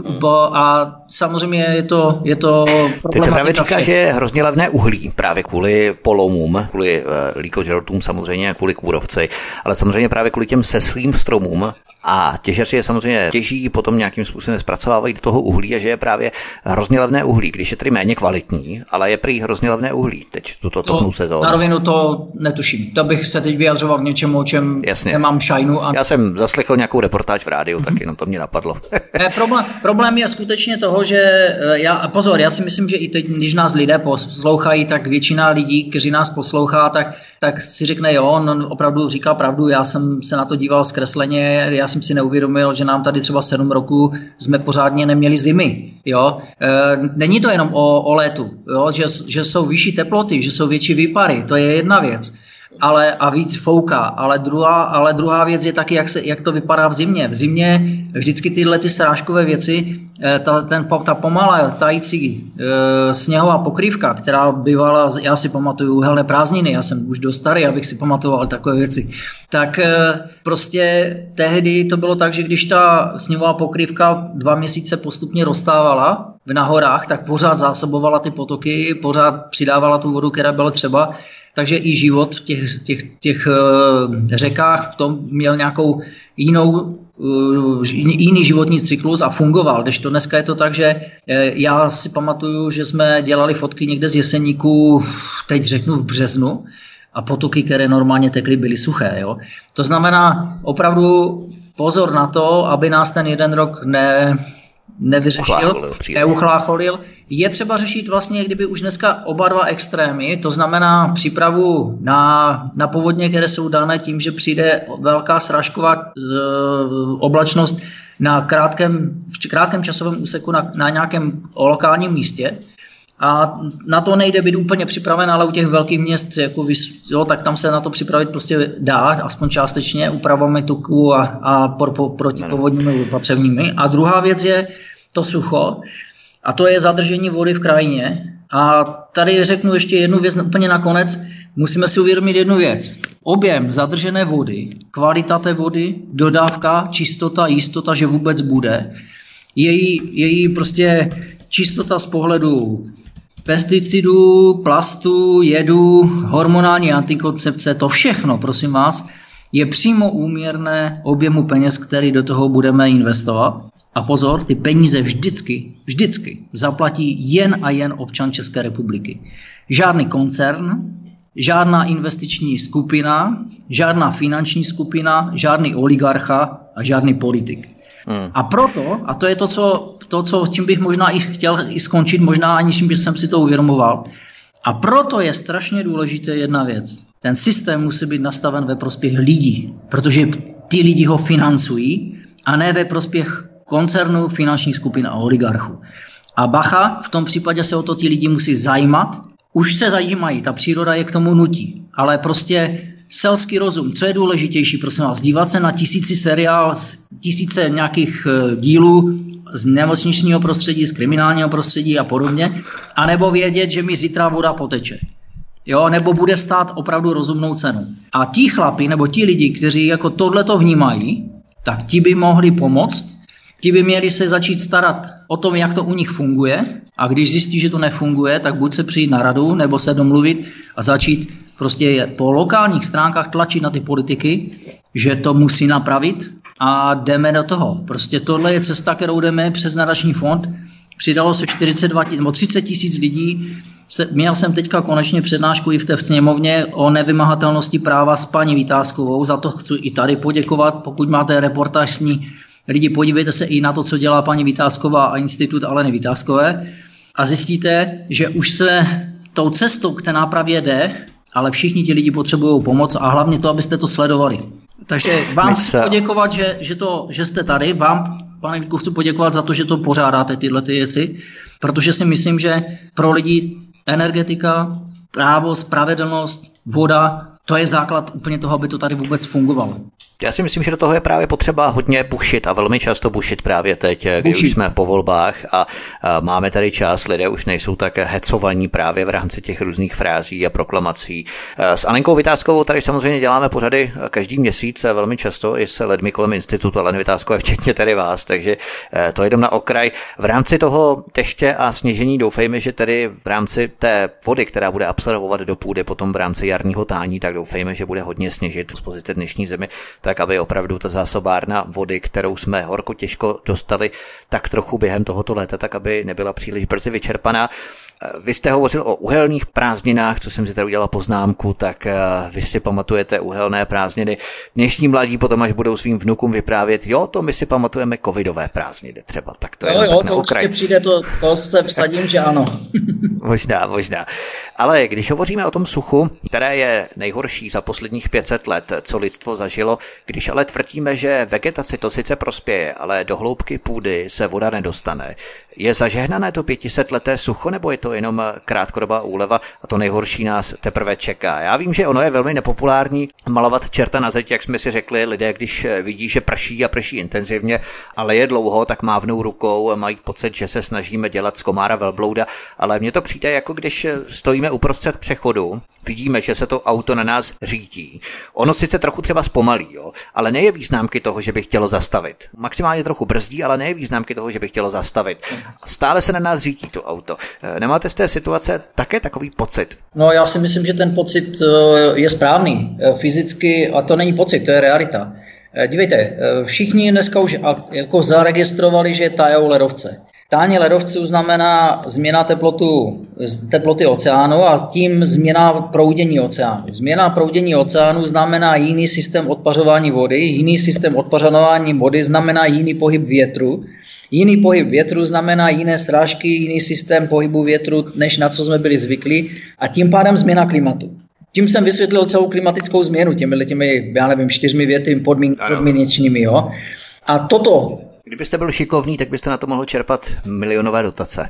A samozřejmě je to problematika. Teď se právě říká, že je hrozně levné uhlí právě kvůli polomům, kvůli líkožralotům samozřejmě, kvůli kůrovci, ale samozřejmě právě kvůli těm seslým stromům. A těžaři je samozřejmě těží, potom nějakým způsobem zpracovávají do toho uhlí a že je právě hrozně levné uhlí, když je tedy méně kvalitní, ale je prý hrozně levné uhlí teď tuto topnou sezónu. Na rovinu to netuším. To bych se teď vyjadřoval k něčemu, o čem nemám šajnu. Já jsem zaslechl nějakou reportáž v rádiu, tak jenom to mě napadlo. Problém je skutečně toho, že já si myslím, že i teď, když nás lidé poslouchají, tak většina lidí, kteří nás poslouchá, tak si řekne, jo, on opravdu říká pravdu, já jsem se na to díval zkresleně, já jsem si neuvědomil, že nám tady třeba 7 roků jsme pořádně neměli zimy. Jo? Není to jenom o létu, jo? Že jsou vyšší teploty, že jsou větší výpary, to je jedna věc. A víc fouká, ale druhá věc je taky, jak to vypadá v zimě. V zimě vždycky tyhle ty srážkové věci, ta pomalá tající sněhová pokrývka, která bývala, já si pamatuju uhelné prázdniny, já jsem už dost starý, abych si pamatoval takové věci, tak prostě tehdy to bylo tak, že když ta sněhová pokrývka 2 měsíce postupně roztávala na horách, tak pořád zásobovala ty potoky, pořád přidávala tu vodu, která byla třeba. Takže i život v těch řekách v tom měl nějakou jiný životní cyklus a fungoval. Kdežto dneska je to tak, že já si pamatuju, že jsme dělali fotky někde z Jeseníku, teď řeknu v březnu, a potoky, které normálně tekly, byly suché. Jo? To znamená opravdu pozor na to, aby nás ten 1 rok nevyřešil, neuchlácholil. Je třeba řešit vlastně, kdyby už dneska oba dva extrémy, to znamená přípravu na povodně, které jsou dané tím, že přijde velká srážková oblačnost v krátkém časovém úseku na nějakém lokálním místě. A na to nejde být úplně připraven, ale u těch velkých měst, tak tam se na to připravit prostě dá, aspoň částečně, úpravami tuku a protipovodními opatřeními. A druhá věc je to sucho, a to je zadržení vody v krajině. A tady řeknu ještě jednu věc úplně nakonec. Musíme si uvědomit jednu věc. Objem zadržené vody, kvalita té vody, dodávka, čistota, jistota, že vůbec bude. Její prostě čistota z pohledu pesticidů, plastů, jedů, hormonální antikoncepce, to všechno, prosím vás, je přímo úměrné objemu peněz, který do toho budeme investovat. A pozor, ty peníze vždycky zaplatí jen a jen občan České republiky. Žádný koncern, žádná investiční skupina, žádná finanční skupina, žádný oligarcha a žádný politik. A proto, a to je to, čím bych možná i chtěl i skončit, možná aniž jsem si to uvědomoval, a proto je strašně důležité jedna věc. Ten systém musí být nastaven ve prospěch lidí, protože ty lidi ho financují a ne ve prospěch koncernů, finančních skupin a oligarchů. A bacha, v tom případě se o to ti lidi musí zajímat už se zajímají, ta příroda je k tomu nutí, ale prostě selský rozum, co je důležitější, prosím vás, dívat se na tisíce nějakých dílů z nemocničního prostředí, z kriminálního prostředí a podobně, anebo vědět, že mi zítra voda poteče. Jo, nebo bude stát opravdu rozumnou cenu. A ti chlapi, nebo ti lidi, kteří jako tohleto vnímají, tak ti by mohli pomoct, ti by měli se začít starat o tom, jak to u nich funguje, a když zjistí, že to nefunguje, tak buď se přijít na radu, nebo se domluvit a začít prostě po lokálních stránkách tlačit na ty politiky, že to musí napravit a jdeme do toho. Prostě tohle je cesta, kterou jdeme přes nadační fond. Přidalo se 30 tisíc lidí. Měl jsem teďka konečně přednášku i v té sněmovně o nevymahatelnosti práva s paní Vitáskovou. Za to chci i tady poděkovat. Pokud máte reportáž s ní, lidi, podívejte se i na to, co dělá paní Vitásková a institut Aleny Vitáskové a zjistíte, že už se tou cestou k té nápravě jde, ale všichni ti lidi potřebují pomoc a hlavně to, abyste to sledovali. Takže vám chci poděkovat, že jste tady. Vám, pane Vítku, chci poděkovat za to, že to pořádáte tyhle ty věci, protože si myslím, že pro lidi energetika, právo, spravedlnost, voda, to je základ úplně toho, aby to tady vůbec fungovalo. Já si myslím, že do toho je právě potřeba hodně bušit a velmi často bušit právě teď, když už jsme po volbách a máme tady čas, lidé už nejsou tak hecovaní právě v rámci těch různých frází a proklamací. S Alenkou Vitáskovou tady samozřejmě děláme pořady každý měsíc velmi často i s lidmi kolem institutu Aleny Vitáskové, včetně tady vás, takže to jdem na okraj. V rámci toho deště a sněžení doufejme, že tedy v rámci té vody, která bude absorbovat do půdy potom v rámci jarního tání, tak doufejme, že bude hodně sněžit z pozice dnešní zimy, tak aby opravdu ta zásobárna vody, kterou jsme horko těžko dostali, tak trochu během tohoto léta, tak aby nebyla příliš brzy vyčerpaná. Vy jste hovořil o uhelných prázdninách, co jsem si tady udělal poznámku, tak vy si pamatujete uhelné prázdniny. Dnešní mladí potom, až budou svým vnukům vyprávět, jo, to my si pamatujeme covidové prázdniny třeba. Tak to je to určitě přijde, to se vsadím, že ano. Možná. Ale když hovoříme o tom suchu, které je nejhorší za posledních 500 let, co lidstvo zažilo, když ale tvrdíme, že vegetaci to sice prospěje, ale do hloubky půdy se voda nedostane, je zažehnané to 500leté sucho, nebo je to jenom krátkodobá úleva a to nejhorší nás teprve čeká? Já vím, že ono je velmi nepopulární malovat čerta na zeď, jak jsme si řekli, lidé, když vidí, že prší a prší intenzivně, ale je dlouho, tak mávnou rukou, mají pocit, že se snažíme dělat z komára velblouda, ale mně to přijde, jako když stojíme uprostřed přechodu, vidíme, že se to auto na nás řítí. Ono sice trochu třeba zpomalí, jo, ale nejeví známky toho, že by chtělo zastavit. Maximálně trochu brzdí, ale nejeví známky toho, že by chtělo zastavit. Stále se na nás řítí to auto. Nemáte z té situace také takový pocit? No, já si myslím, že ten pocit je správný. Fyzicky, a to není pocit, to je realita. Dívejte, všichni dneska už jako zaregistrovali, že tajou ledovce. Tání ledovců znamená změna teploty oceánu a tím změna proudění oceánu. Změna proudění oceánu znamená jiný systém odpařování vody, jiný systém odpařování vody znamená jiný pohyb větru. Jiný pohyb větru znamená jiné srážky, jiný systém pohybu větru, než na co jsme byli zvyklí a tím pádem změna klimatu. Tím jsem vysvětlil celou klimatickou změnu, těmi já nevím, 4 věty podmínečními, jo. A toto... Kdybyste byl šikovný, tak byste na to mohl čerpat milionové dotace.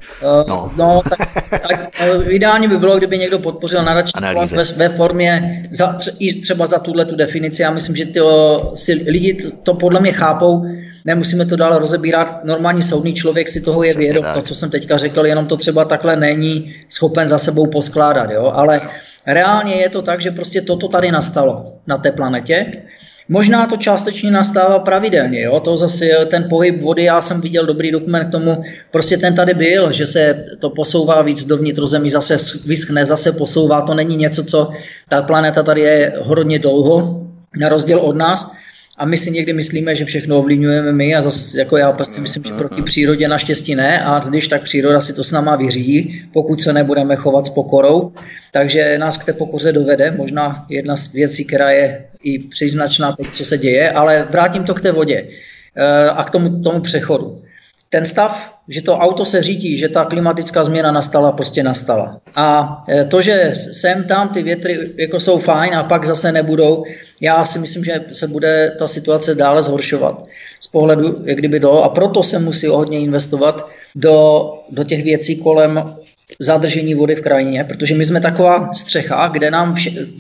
Tak ideálně by bylo, kdyby někdo podpořil nadační fond ve formě třeba za tuhletu definici. Já myslím, že lidi to podle mě chápou. Nemusíme to dále rozebírat. Normální soudný člověk si toho je vědom. To, co jsem teďka řekl, jenom to třeba takhle není schopen za sebou poskládat. Jo? Ale reálně je to tak, že prostě toto tady nastalo na té planetě. Možná to částečně nastává pravidelně, jo? To zase ten pohyb vody, já jsem viděl dobrý dokument k tomu, prostě ten tady byl, že se to posouvá víc do vnitrozemí, zase vyschne, zase posouvá, to není něco, co ta planeta tady je hodně dlouho, na rozdíl od nás. A my si někdy myslíme, že všechno ovlivňujeme my a zase jako já si myslím, že proti přírodě naštěstí ne a když tak příroda si to s náma vyřídí, pokud se nebudeme chovat s pokorou. Takže nás k té pokoře dovede, možná jedna z věcí, která je i příznačná teď, co se děje, ale vrátím to k té vodě a k tomu přechodu. Ten stav, že to auto se řítí, že ta klimatická změna nastala, prostě nastala. A to, že sem tam ty větry jako jsou fajn a pak zase nebudou, já si myslím, že se bude ta situace dále zhoršovat z pohledu, jak kdyby a proto se musí hodně investovat do těch věcí kolem zadržení vody v krajině, protože my jsme taková střecha, kde nám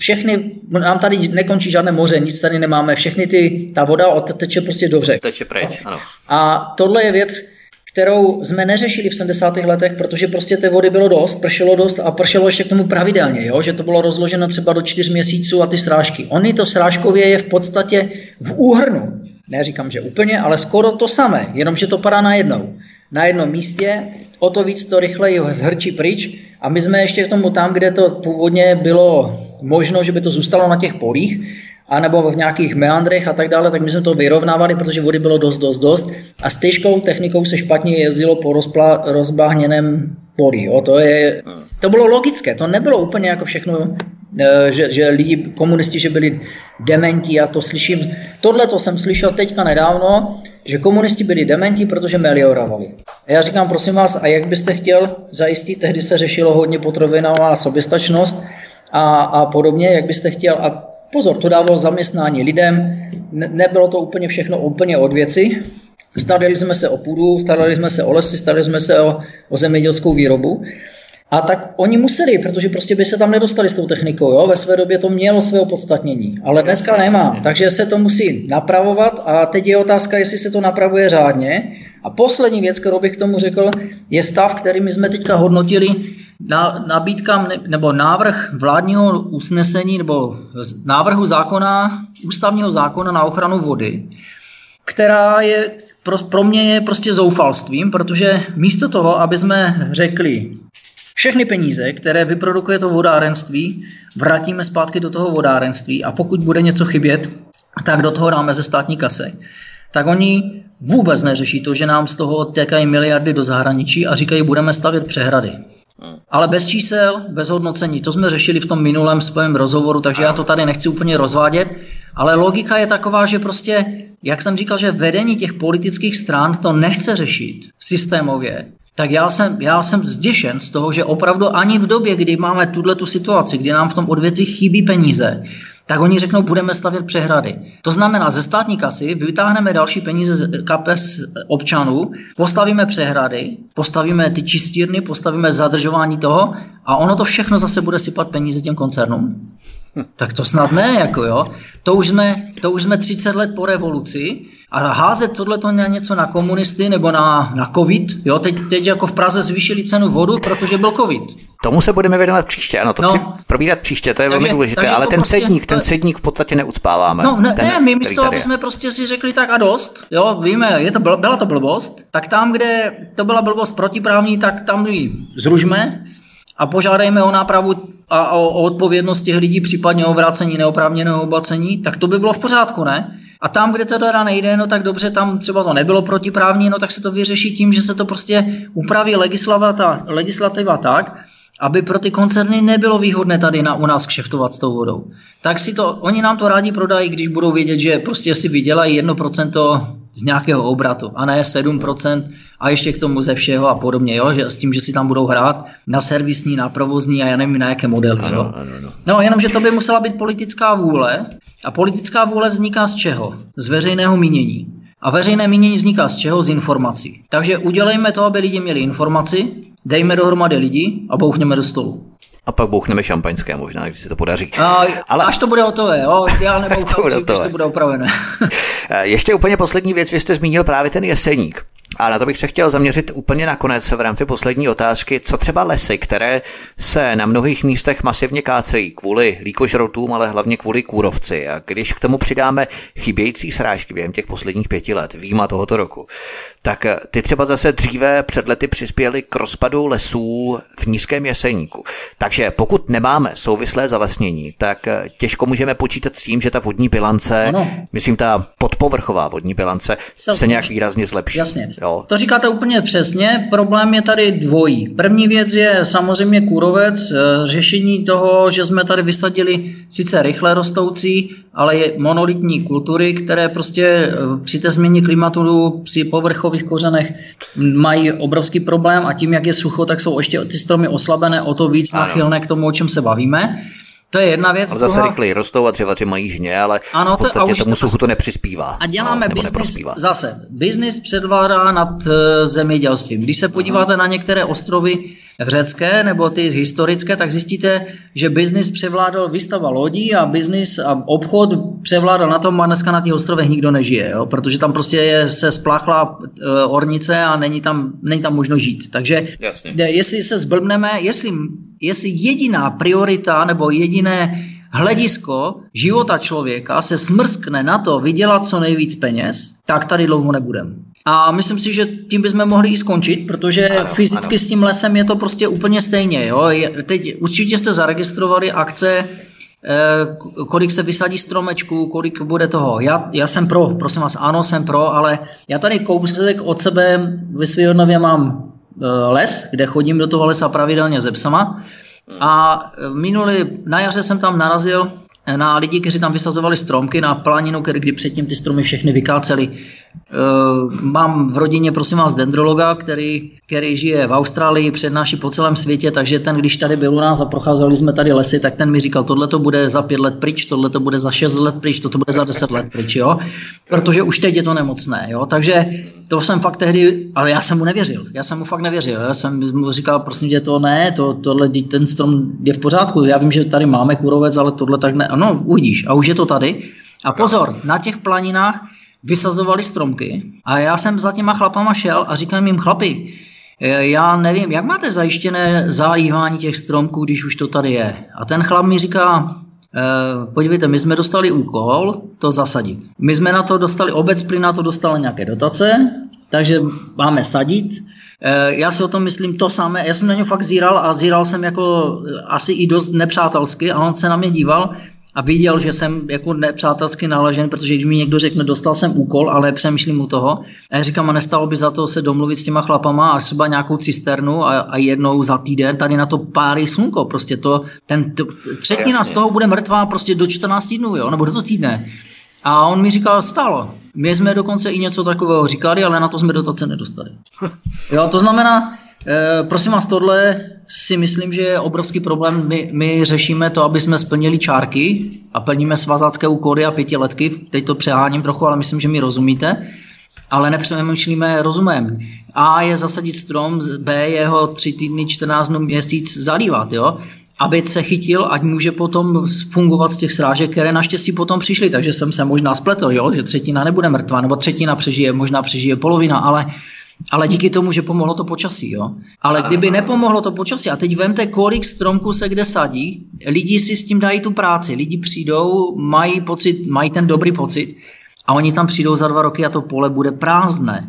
nám tady nekončí žádné moře, nic tady nemáme, ta voda odteče prostě do řek. Teče pryč, ano. A tohle je věc, kterou jsme neřešili v 70. letech, protože prostě té vody bylo dost, pršelo dost a pršelo ještě k tomu pravidelně, jo? Že to bylo rozloženo třeba do 4 měsíců a ty srážky. Oni to srážkově je v podstatě v úhrnu. Neříkám, že úplně, ale skoro to samé, jenomže to padá najednou. Na jednom místě, o to víc to rychleji zhrčí pryč a my jsme ještě k tomu tam, kde to původně bylo možno, že by to zůstalo na těch polích, anebo v nějakých meandrech a tak dále, tak my jsme to vyrovnávali, protože vody bylo dost a s těžkou technikou se špatně jezdilo po rozbáhněném poli. Jo. To bylo logické, to nebylo úplně jako všechno, že lidi, komunisti, že byli dementi, já to slyším. Tohle to jsem slyšel teďka nedávno, že komunisti byli dementi, protože meliorovali. A já říkám, prosím vás, a jak byste chtěl zajistit, tehdy se řešilo hodně potravinová soběstačnost a podobně, jak byste chtěl, a pozor, to dávalo zaměstnání lidem, nebylo to úplně všechno úplně od věci. Starali jsme se o půdu, starali jsme se o lesy, starali jsme se o zemědělskou výrobu. A tak oni museli, protože prostě by se tam nedostali s tou technikou. Jo? Ve své době to mělo své opodstatnění, ale dneska nemá. Takže se to musí napravovat a teď je otázka, jestli se to napravuje řádně. A poslední věc, kterou bych k tomu řekl, je stav, který my jsme teďka hodnotili, nabídka nebo návrh vládního usnesení nebo návrhu zákona, ústavního zákona na ochranu vody, která je pro mě je prostě zoufalstvím, protože místo toho, aby jsme řekli, všechny peníze, které vyprodukuje to vodárenství, vrátíme zpátky do toho vodárenství a pokud bude něco chybět, tak do toho dáme ze státní kasy. Tak oni vůbec neřeší to, že nám z toho odtékají miliardy do zahraničí a říkají, budeme stavět přehrady. Ale bez čísel, bez hodnocení. To jsme řešili v tom minulém svém rozhovoru, takže já to tady nechci úplně rozvádět. Ale logika je taková, že prostě, jak jsem říkal, že vedení těch politických stran to nechce řešit systémově. Tak já jsem zděšen z toho, že opravdu ani v době, kdy máme tu situaci, kdy nám v tom odvětví chybí peníze, tak oni řeknou, budeme stavět přehrady. To znamená, ze státní kasy vytáhneme další peníze z kapes občanů, postavíme přehrady, postavíme ty čistírny, postavíme zadržování toho a ono to všechno zase bude sypat peníze těm koncernům. Tak to snad ne, jako jo. To už jsme 30 let po revoluci a házet tohleto na něco na komunisty nebo na covid, jo, teď jako v Praze zvýšili cenu vodu, protože byl covid. Tomu se budeme věnovat příště, ano, to chci probírat příště, to je velmi důležité, ale ten sedník v podstatě neucpáváme. My místo, aby jsme prostě si řekli tak a dost, jo, víme, byla to blbost, tak tam, kde to byla blbost protiprávní, tak tam ji zružme a požádejme o nápravu a o odpovědnost těch lidí, případně o vrácení neoprávněného oblacení, tak to by bylo v pořádku, ne? A tam, kde to teda nejde, no tak dobře, tam třeba to nebylo protiprávní, no tak se to vyřeší tím, že se to prostě upraví legislativa tak, aby pro ty koncerny nebylo výhodné tady u nás kšeftovat s tou vodou. Tak oni nám to rádi prodají, když budou vědět, že prostě si vydělají 1% z nějakého obratu a ne 7% a ještě k tomu ze všeho a podobně, jo? Že s tím, že si tam budou hrát na servisní, na provozní a já nevím na jaké modely. Ano. No, jenomže to by musela být politická vůle a politická vůle vzniká z čeho? Z veřejného mínění. A veřejné mínění vzniká z čeho? Z informací. Takže udělejme to, aby lidi měli informaci, dejme dohromady lidi a bouchněme do stolu. A pak bouchneme šampaňské možná, když se to podaří. Ale až to bude hotové, jo? Já nebouchám, když to bude opravené. Ještě úplně poslední věc, vy jste zmínil právě ten Jeseník. A na to bych se chtěl zaměřit úplně nakonec v rámci poslední otázky. Co třeba lesy, které se na mnohých místech masivně kácejí kvůli líkožroutům, ale hlavně kvůli kůrovci. A když k tomu přidáme chybějící srážky během těch posledních 5 let, výjima tohoto roku, tak ty třeba zase dříve před lety přispěly k rozpadu lesů v nízkém Jeseníku. Takže pokud nemáme souvislé zalesnění, tak těžko můžeme počítat s tím, že ta vodní bilance, myslím ta podpovrchová vodní bilance, se nějak výrazně zlepší. Jasně. Jo. To říkáte úplně přesně, problém je tady dvojí. První věc je samozřejmě kůrovec, řešení toho, že jsme tady vysadili sice rychle rostoucí, ale je monolitní kultury, které prostě při té změně klimatu, při povrchových kořenech mají obrovský problém a tím, jak je sucho, tak jsou ještě ty stromy oslabené, o to víc náchylné k tomu, o čem se bavíme. To je jedna věc. Ale zase rychleji rostou a dřevaři mají žně, ale v podstatě tomu suchu to nepřispívá. A děláme biznis předvládá nad zemědělstvím. Když se podíváte na některé ostrovy, řecké nebo ty historické, tak zjistíte, že biznis převládal výstava lodí a biznis a obchod převládal na tom a dneska na těch ostrovech nikdo nežije, jo? Protože tam prostě se spláchla ornice a není tam možno žít. Takže jestli se zblbneme, jestli jediná priorita nebo jediné hledisko života člověka se smrskne na to vydělat co nejvíc peněz, tak tady dlouho nebudeme. A myslím si, že tím bychom mohli i skončit, protože fyzicky s tím lesem je to prostě úplně stejně. Jo? Teď určitě jste zaregistrovali akce, kolik se vysadí stromečků, kolik bude toho. Já jsem pro, prosím vás, ano, jsem pro, ale já tady kousek od sebe ve Svěvodnově mám les, kde chodím do toho lesa pravidelně se psama. A na jaře jsem tam narazil na lidi, kteří tam vysazovali stromky na planinu, kdy předtím ty stromy všechny vykáceli. Mám v rodině, prosím vás, dendrologa, který žije v Austrálii, přednáší po celém světě, takže ten, když tady byl u nás a procházeli jsme tady lesy, tak ten mi říkal, tohle to bude za 5 let pryč, tohle to bude za 6 let pryč, toto bude za 10 let pryč, jo? Protože už teď je to nemocné, jo? Takže to jsem fakt tehdy, ale já jsem mu fakt nevěřil, já jsem mu říkal, prosím tě, to ne, tohle, ten strom je v pořádku, já vím, že tady máme kůrovec, ale tohle tak ne, no uvidíš, a už je to tady. A pozor, na těch planinách vysazovali stromky a já jsem za těma chlapama šel a říkal jim, chlapi, já nevím, jak máte zajištěné zajímání těch stromků, když už to tady je. A ten chlap mi říká, podívejte, my jsme dostali úkol to zasadit. My jsme na to dostali, obec Plyn na to dostala nějaké dotace, takže máme sadit. Já si o tom myslím to samé, já jsem na něj fakt zíral a zíral jsem jako asi i dost nepřátelsky a on se na mě díval a viděl, že jsem jako nepřátelsky nalažen, protože když mi někdo řekne, dostal jsem úkol, ale přemýšlím u toho. A já říkám, a nestalo by za to se domluvit s těma chlapama a třeba nějakou cisternu a jednou za týden tady na to pálí slunko. Prostě třetina z toho bude mrtvá prostě do 14 dnů, jo, nebo do týdne. A on mi říkal, stálo. My jsme dokonce i něco takového říkali, ale na to jsme dotace nedostali. Jo, to znamená, prosím vás, tohle si myslím, že je obrovský problém. My řešíme to, aby jsme splnili čárky a plníme svazácké úkoly a 5letky. Teď to přeháním trochu, ale myslím, že mi rozumíte. Ale nepřemýšlíme rozumem. A je zasadit strom, B je ho 3 týdny, 14 dnů, měsíc zalívat, jo? Aby se chytil, ať může potom fungovat z těch srážek, které naštěstí potom přišly. Takže jsem se možná spletl, jo? Že třetina nebude mrtvá, nebo třetina přežije, možná přežije polovina, ale díky tomu, že pomohlo to počasí. Jo? Ale kdyby nepomohlo to počasí, a teď vemte, kolik stromků se kde sadí, lidi si s tím dají tu práci, lidi přijdou, mají ten dobrý pocit a oni tam přijdou za 2 roky a to pole bude prázdné.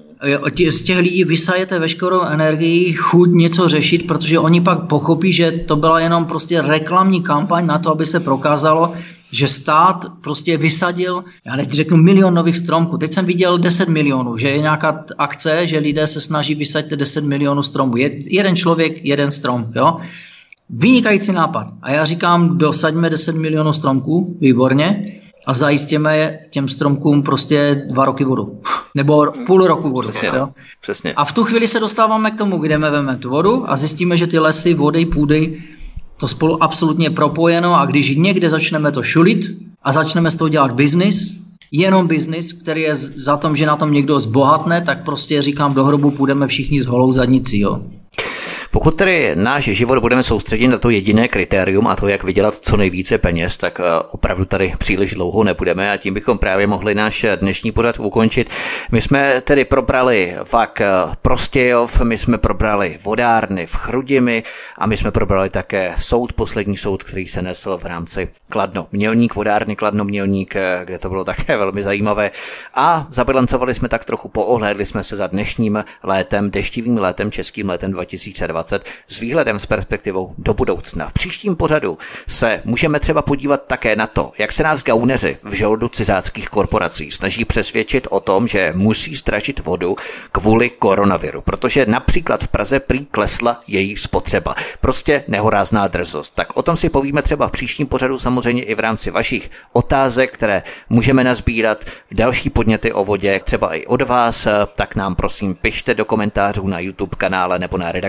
Z těch lidí vysajete veškerou energii, chuť něco řešit, protože oni pak pochopí, že to byla jenom prostě reklamní kampaň na to, aby se prokázalo, že stát prostě vysadil, já teď řeknu 1 milion nových stromků. Teď jsem viděl 10 milionů, že je nějaká akce, že lidé se snaží vysadit 10 milionů stromů. Jeden člověk, jeden strom, jo? Vynikající nápad. A já říkám, dosaďme 10 milionů stromků, výborně, a zajistěme těm stromkům prostě 2 roky vodu. Nebo půl roku vodu. Přesně, jo? Přesně. A v tu chvíli se dostáváme k tomu, kde vezmeme tu vodu a zjistíme, že ty lesy, vody, půdy, to spolu absolutně propojeno a když někde začneme to šulit a začneme z toho dělat biznis, jenom biznis, který je za tom, že na tom někdo zbohatne, tak prostě říkám, do hrobu půjdeme všichni s holou zadnicí, jo. Pokud tedy náš život budeme soustředit na to jediné kritérium a to, jak vydělat co nejvíce peněz, tak opravdu tady příliš dlouho nebudeme a tím bychom právě mohli náš dnešní pořad ukončit. My jsme tedy probrali VAK Prostějov, my jsme probrali vodárny v Chrudimi a my jsme probrali také poslední soud, který se nesl v rámci Kladno-Mělník, vodárny Kladno-Mělník, kde to bylo také velmi zajímavé a zabilancovali jsme tak trochu, poohlédli jsme se za dnešním létem, deštivým létem, českým létem 2020 s výhledem s perspektivou do budoucna. V příštím pořadu se můžeme třeba podívat také na to, jak se nás gauneři v žoldu cizáckých korporací snaží přesvědčit o tom, že musí zdražit vodu kvůli koronaviru, protože například v Praze prý klesla její spotřeba. Prostě nehorázná drzost. Tak o tom si povíme třeba v příštím pořadu, samozřejmě i v rámci vašich otázek, které můžeme nazbírat, další podněty o vodě, třeba i od vás, tak nám prosím pište do komentářů na YouTube kanále nebo na redakční e-mail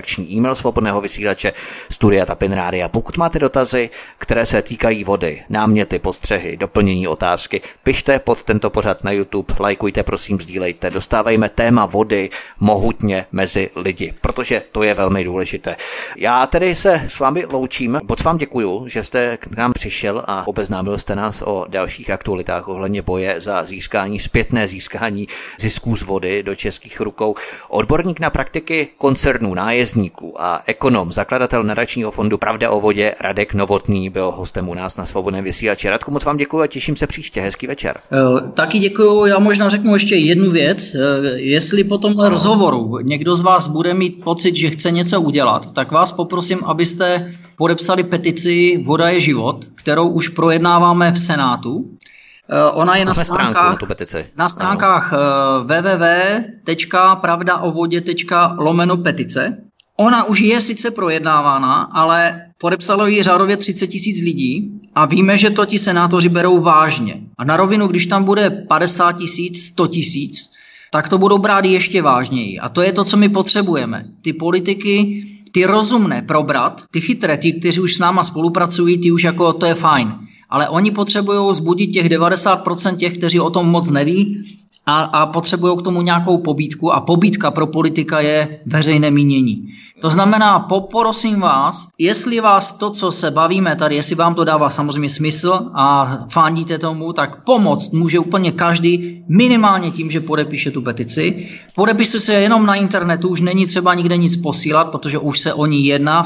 e-mail Svobodného vysílače Studia Tapin Rádia. Pokud máte dotazy, které se týkají vody, náměty, postřehy, doplnění otázky, pište pod tento pořad na YouTube, lajkujte, prosím, sdílejte, dostávejme téma vody mohutně mezi lidi, protože to je velmi důležité. Já tedy se s vámi loučím, moc vám děkuju, že jste k nám přišel a obeznámil jste nás o dalších aktualitách ohledně boje za zpětné získání zisků z vody do českých rukou. Odborník na praktiky koncernů, nájezdníků a ekonom, zakladatel nadačního fondu Pravda o vodě Radek Novotný byl hostem u nás na Svobodném vysílači. Radku, moc vám děkuju a těším se příště. Hezký večer. Taky děkuju. Já možná řeknu ještě jednu věc. Jestli po tomhle rozhovoru někdo z vás bude mít pocit, že chce něco udělat, tak vás poprosím, abyste podepsali petici Voda je život, kterou už projednáváme v Senátu. Ona je na stránkách www.pravdaovodě.lomeno-petice. Ona už je sice projednávána, ale podepsalo ji řádově 30 000 lidí a víme, že to ti senátoři berou vážně. A na rovinu, když tam bude 50 000, 100 000, tak to budou brát ještě vážněji. A to je to, co my potřebujeme. Ty politiky, ty rozumné probrat, ty chytré, ty, kteří už s náma spolupracují, ty už jako to je fajn. Ale oni potřebují vzbudit těch 90% těch, kteří o tom moc neví a potřebují k tomu nějakou pobídku a pobídka pro politika je veřejné mínění. To znamená, poprosím vás, jestli vás to, co se bavíme tady, jestli vám to dává samozřejmě smysl a fandíte tomu, tak pomoct může úplně každý, minimálně tím, že podepíše tu petici. Podepisuj se jenom na internetu, už není třeba nikde nic posílat, protože už se o ní jedná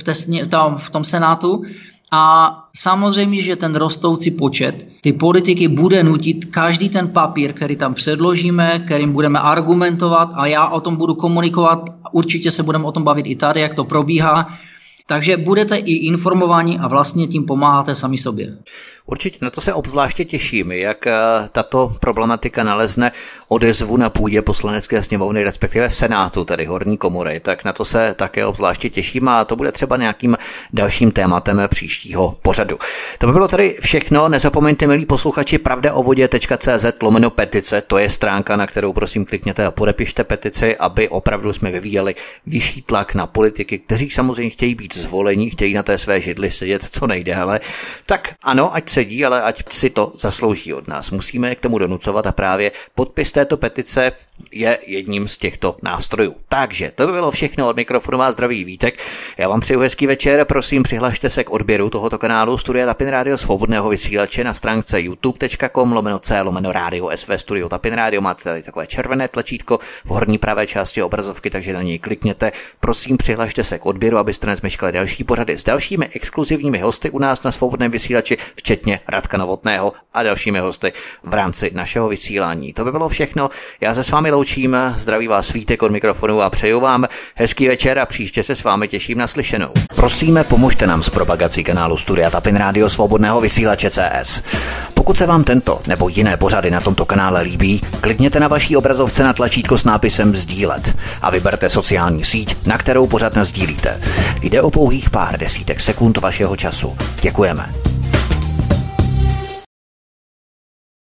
v tom Senátu. A samozřejmě, že ten rostoucí počet ty politiky bude nutit každý ten papír, který tam předložíme, kterým budeme argumentovat a já o tom budu komunikovat, určitě se budeme o tom bavit i tady, jak to probíhá. Takže budete i informováni a vlastně tím pomáháte sami sobě. Určitě, na to se obzvláště těším, jak tato problematika nalezne odezvu na půdě Poslanecké sněmovny, respektive Senátu, tedy horní komory, tak na to se také obzvláště těším a to bude třeba nějakým dalším tématem příštího pořadu. To by bylo tady všechno, nezapomeňte, milí posluchači, pravdaovodě.cz/petice, to je stránka, na kterou prosím klikněte a podepište petici, aby opravdu jsme vyvíjeli vyšší tlak na politiky, kteří samozřejmě chtějí být zvolení, chtějí na té své židli sedět co nejdéle. Tak ano, ať sedí, ale ať si to zaslouží od nás. Musíme je k tomu donucovat a právě podpis této petice je jedním z těchto nástrojů. Takže to by bylo všechno od mikrofonu a zdraví Vítek. Já vám přeju hezký večer, prosím přihlašte se k odběru tohoto kanálu Studia Tapin Rádio Svobodného vysílače na stránce youtube.com/radio SV Studio Tapin Rádio. Máte tady takové červené tlačítko v horní pravé části obrazovky, takže na něj klikněte. Prosím přihlašte se k odběru, abyste nezmeškali další pořady s dalšími exkluzivními hosty u nás na Svobodném vysílači, včetně Radka Novotného a dalšími hosty v rámci našeho vysílání. To by bylo všechno. Já se s vámi loučím, zdraví vás Vítek od mikrofonu a přeju vám hezký večer a příště se s vámi těším na slyšenou. Prosíme, pomožte nám s propagací kanálu Studia Tapin Rádio Svobodného vysílače CS. Pokud se vám tento nebo jiné pořady na tomto kanále líbí, klikněte na vaší obrazovce na tlačítko s nápisem sdílet a vyberte sociální síť, na kterou pořad nasdílíte. Jde o pouhých pár desítek sekund vašeho času. Děkujeme.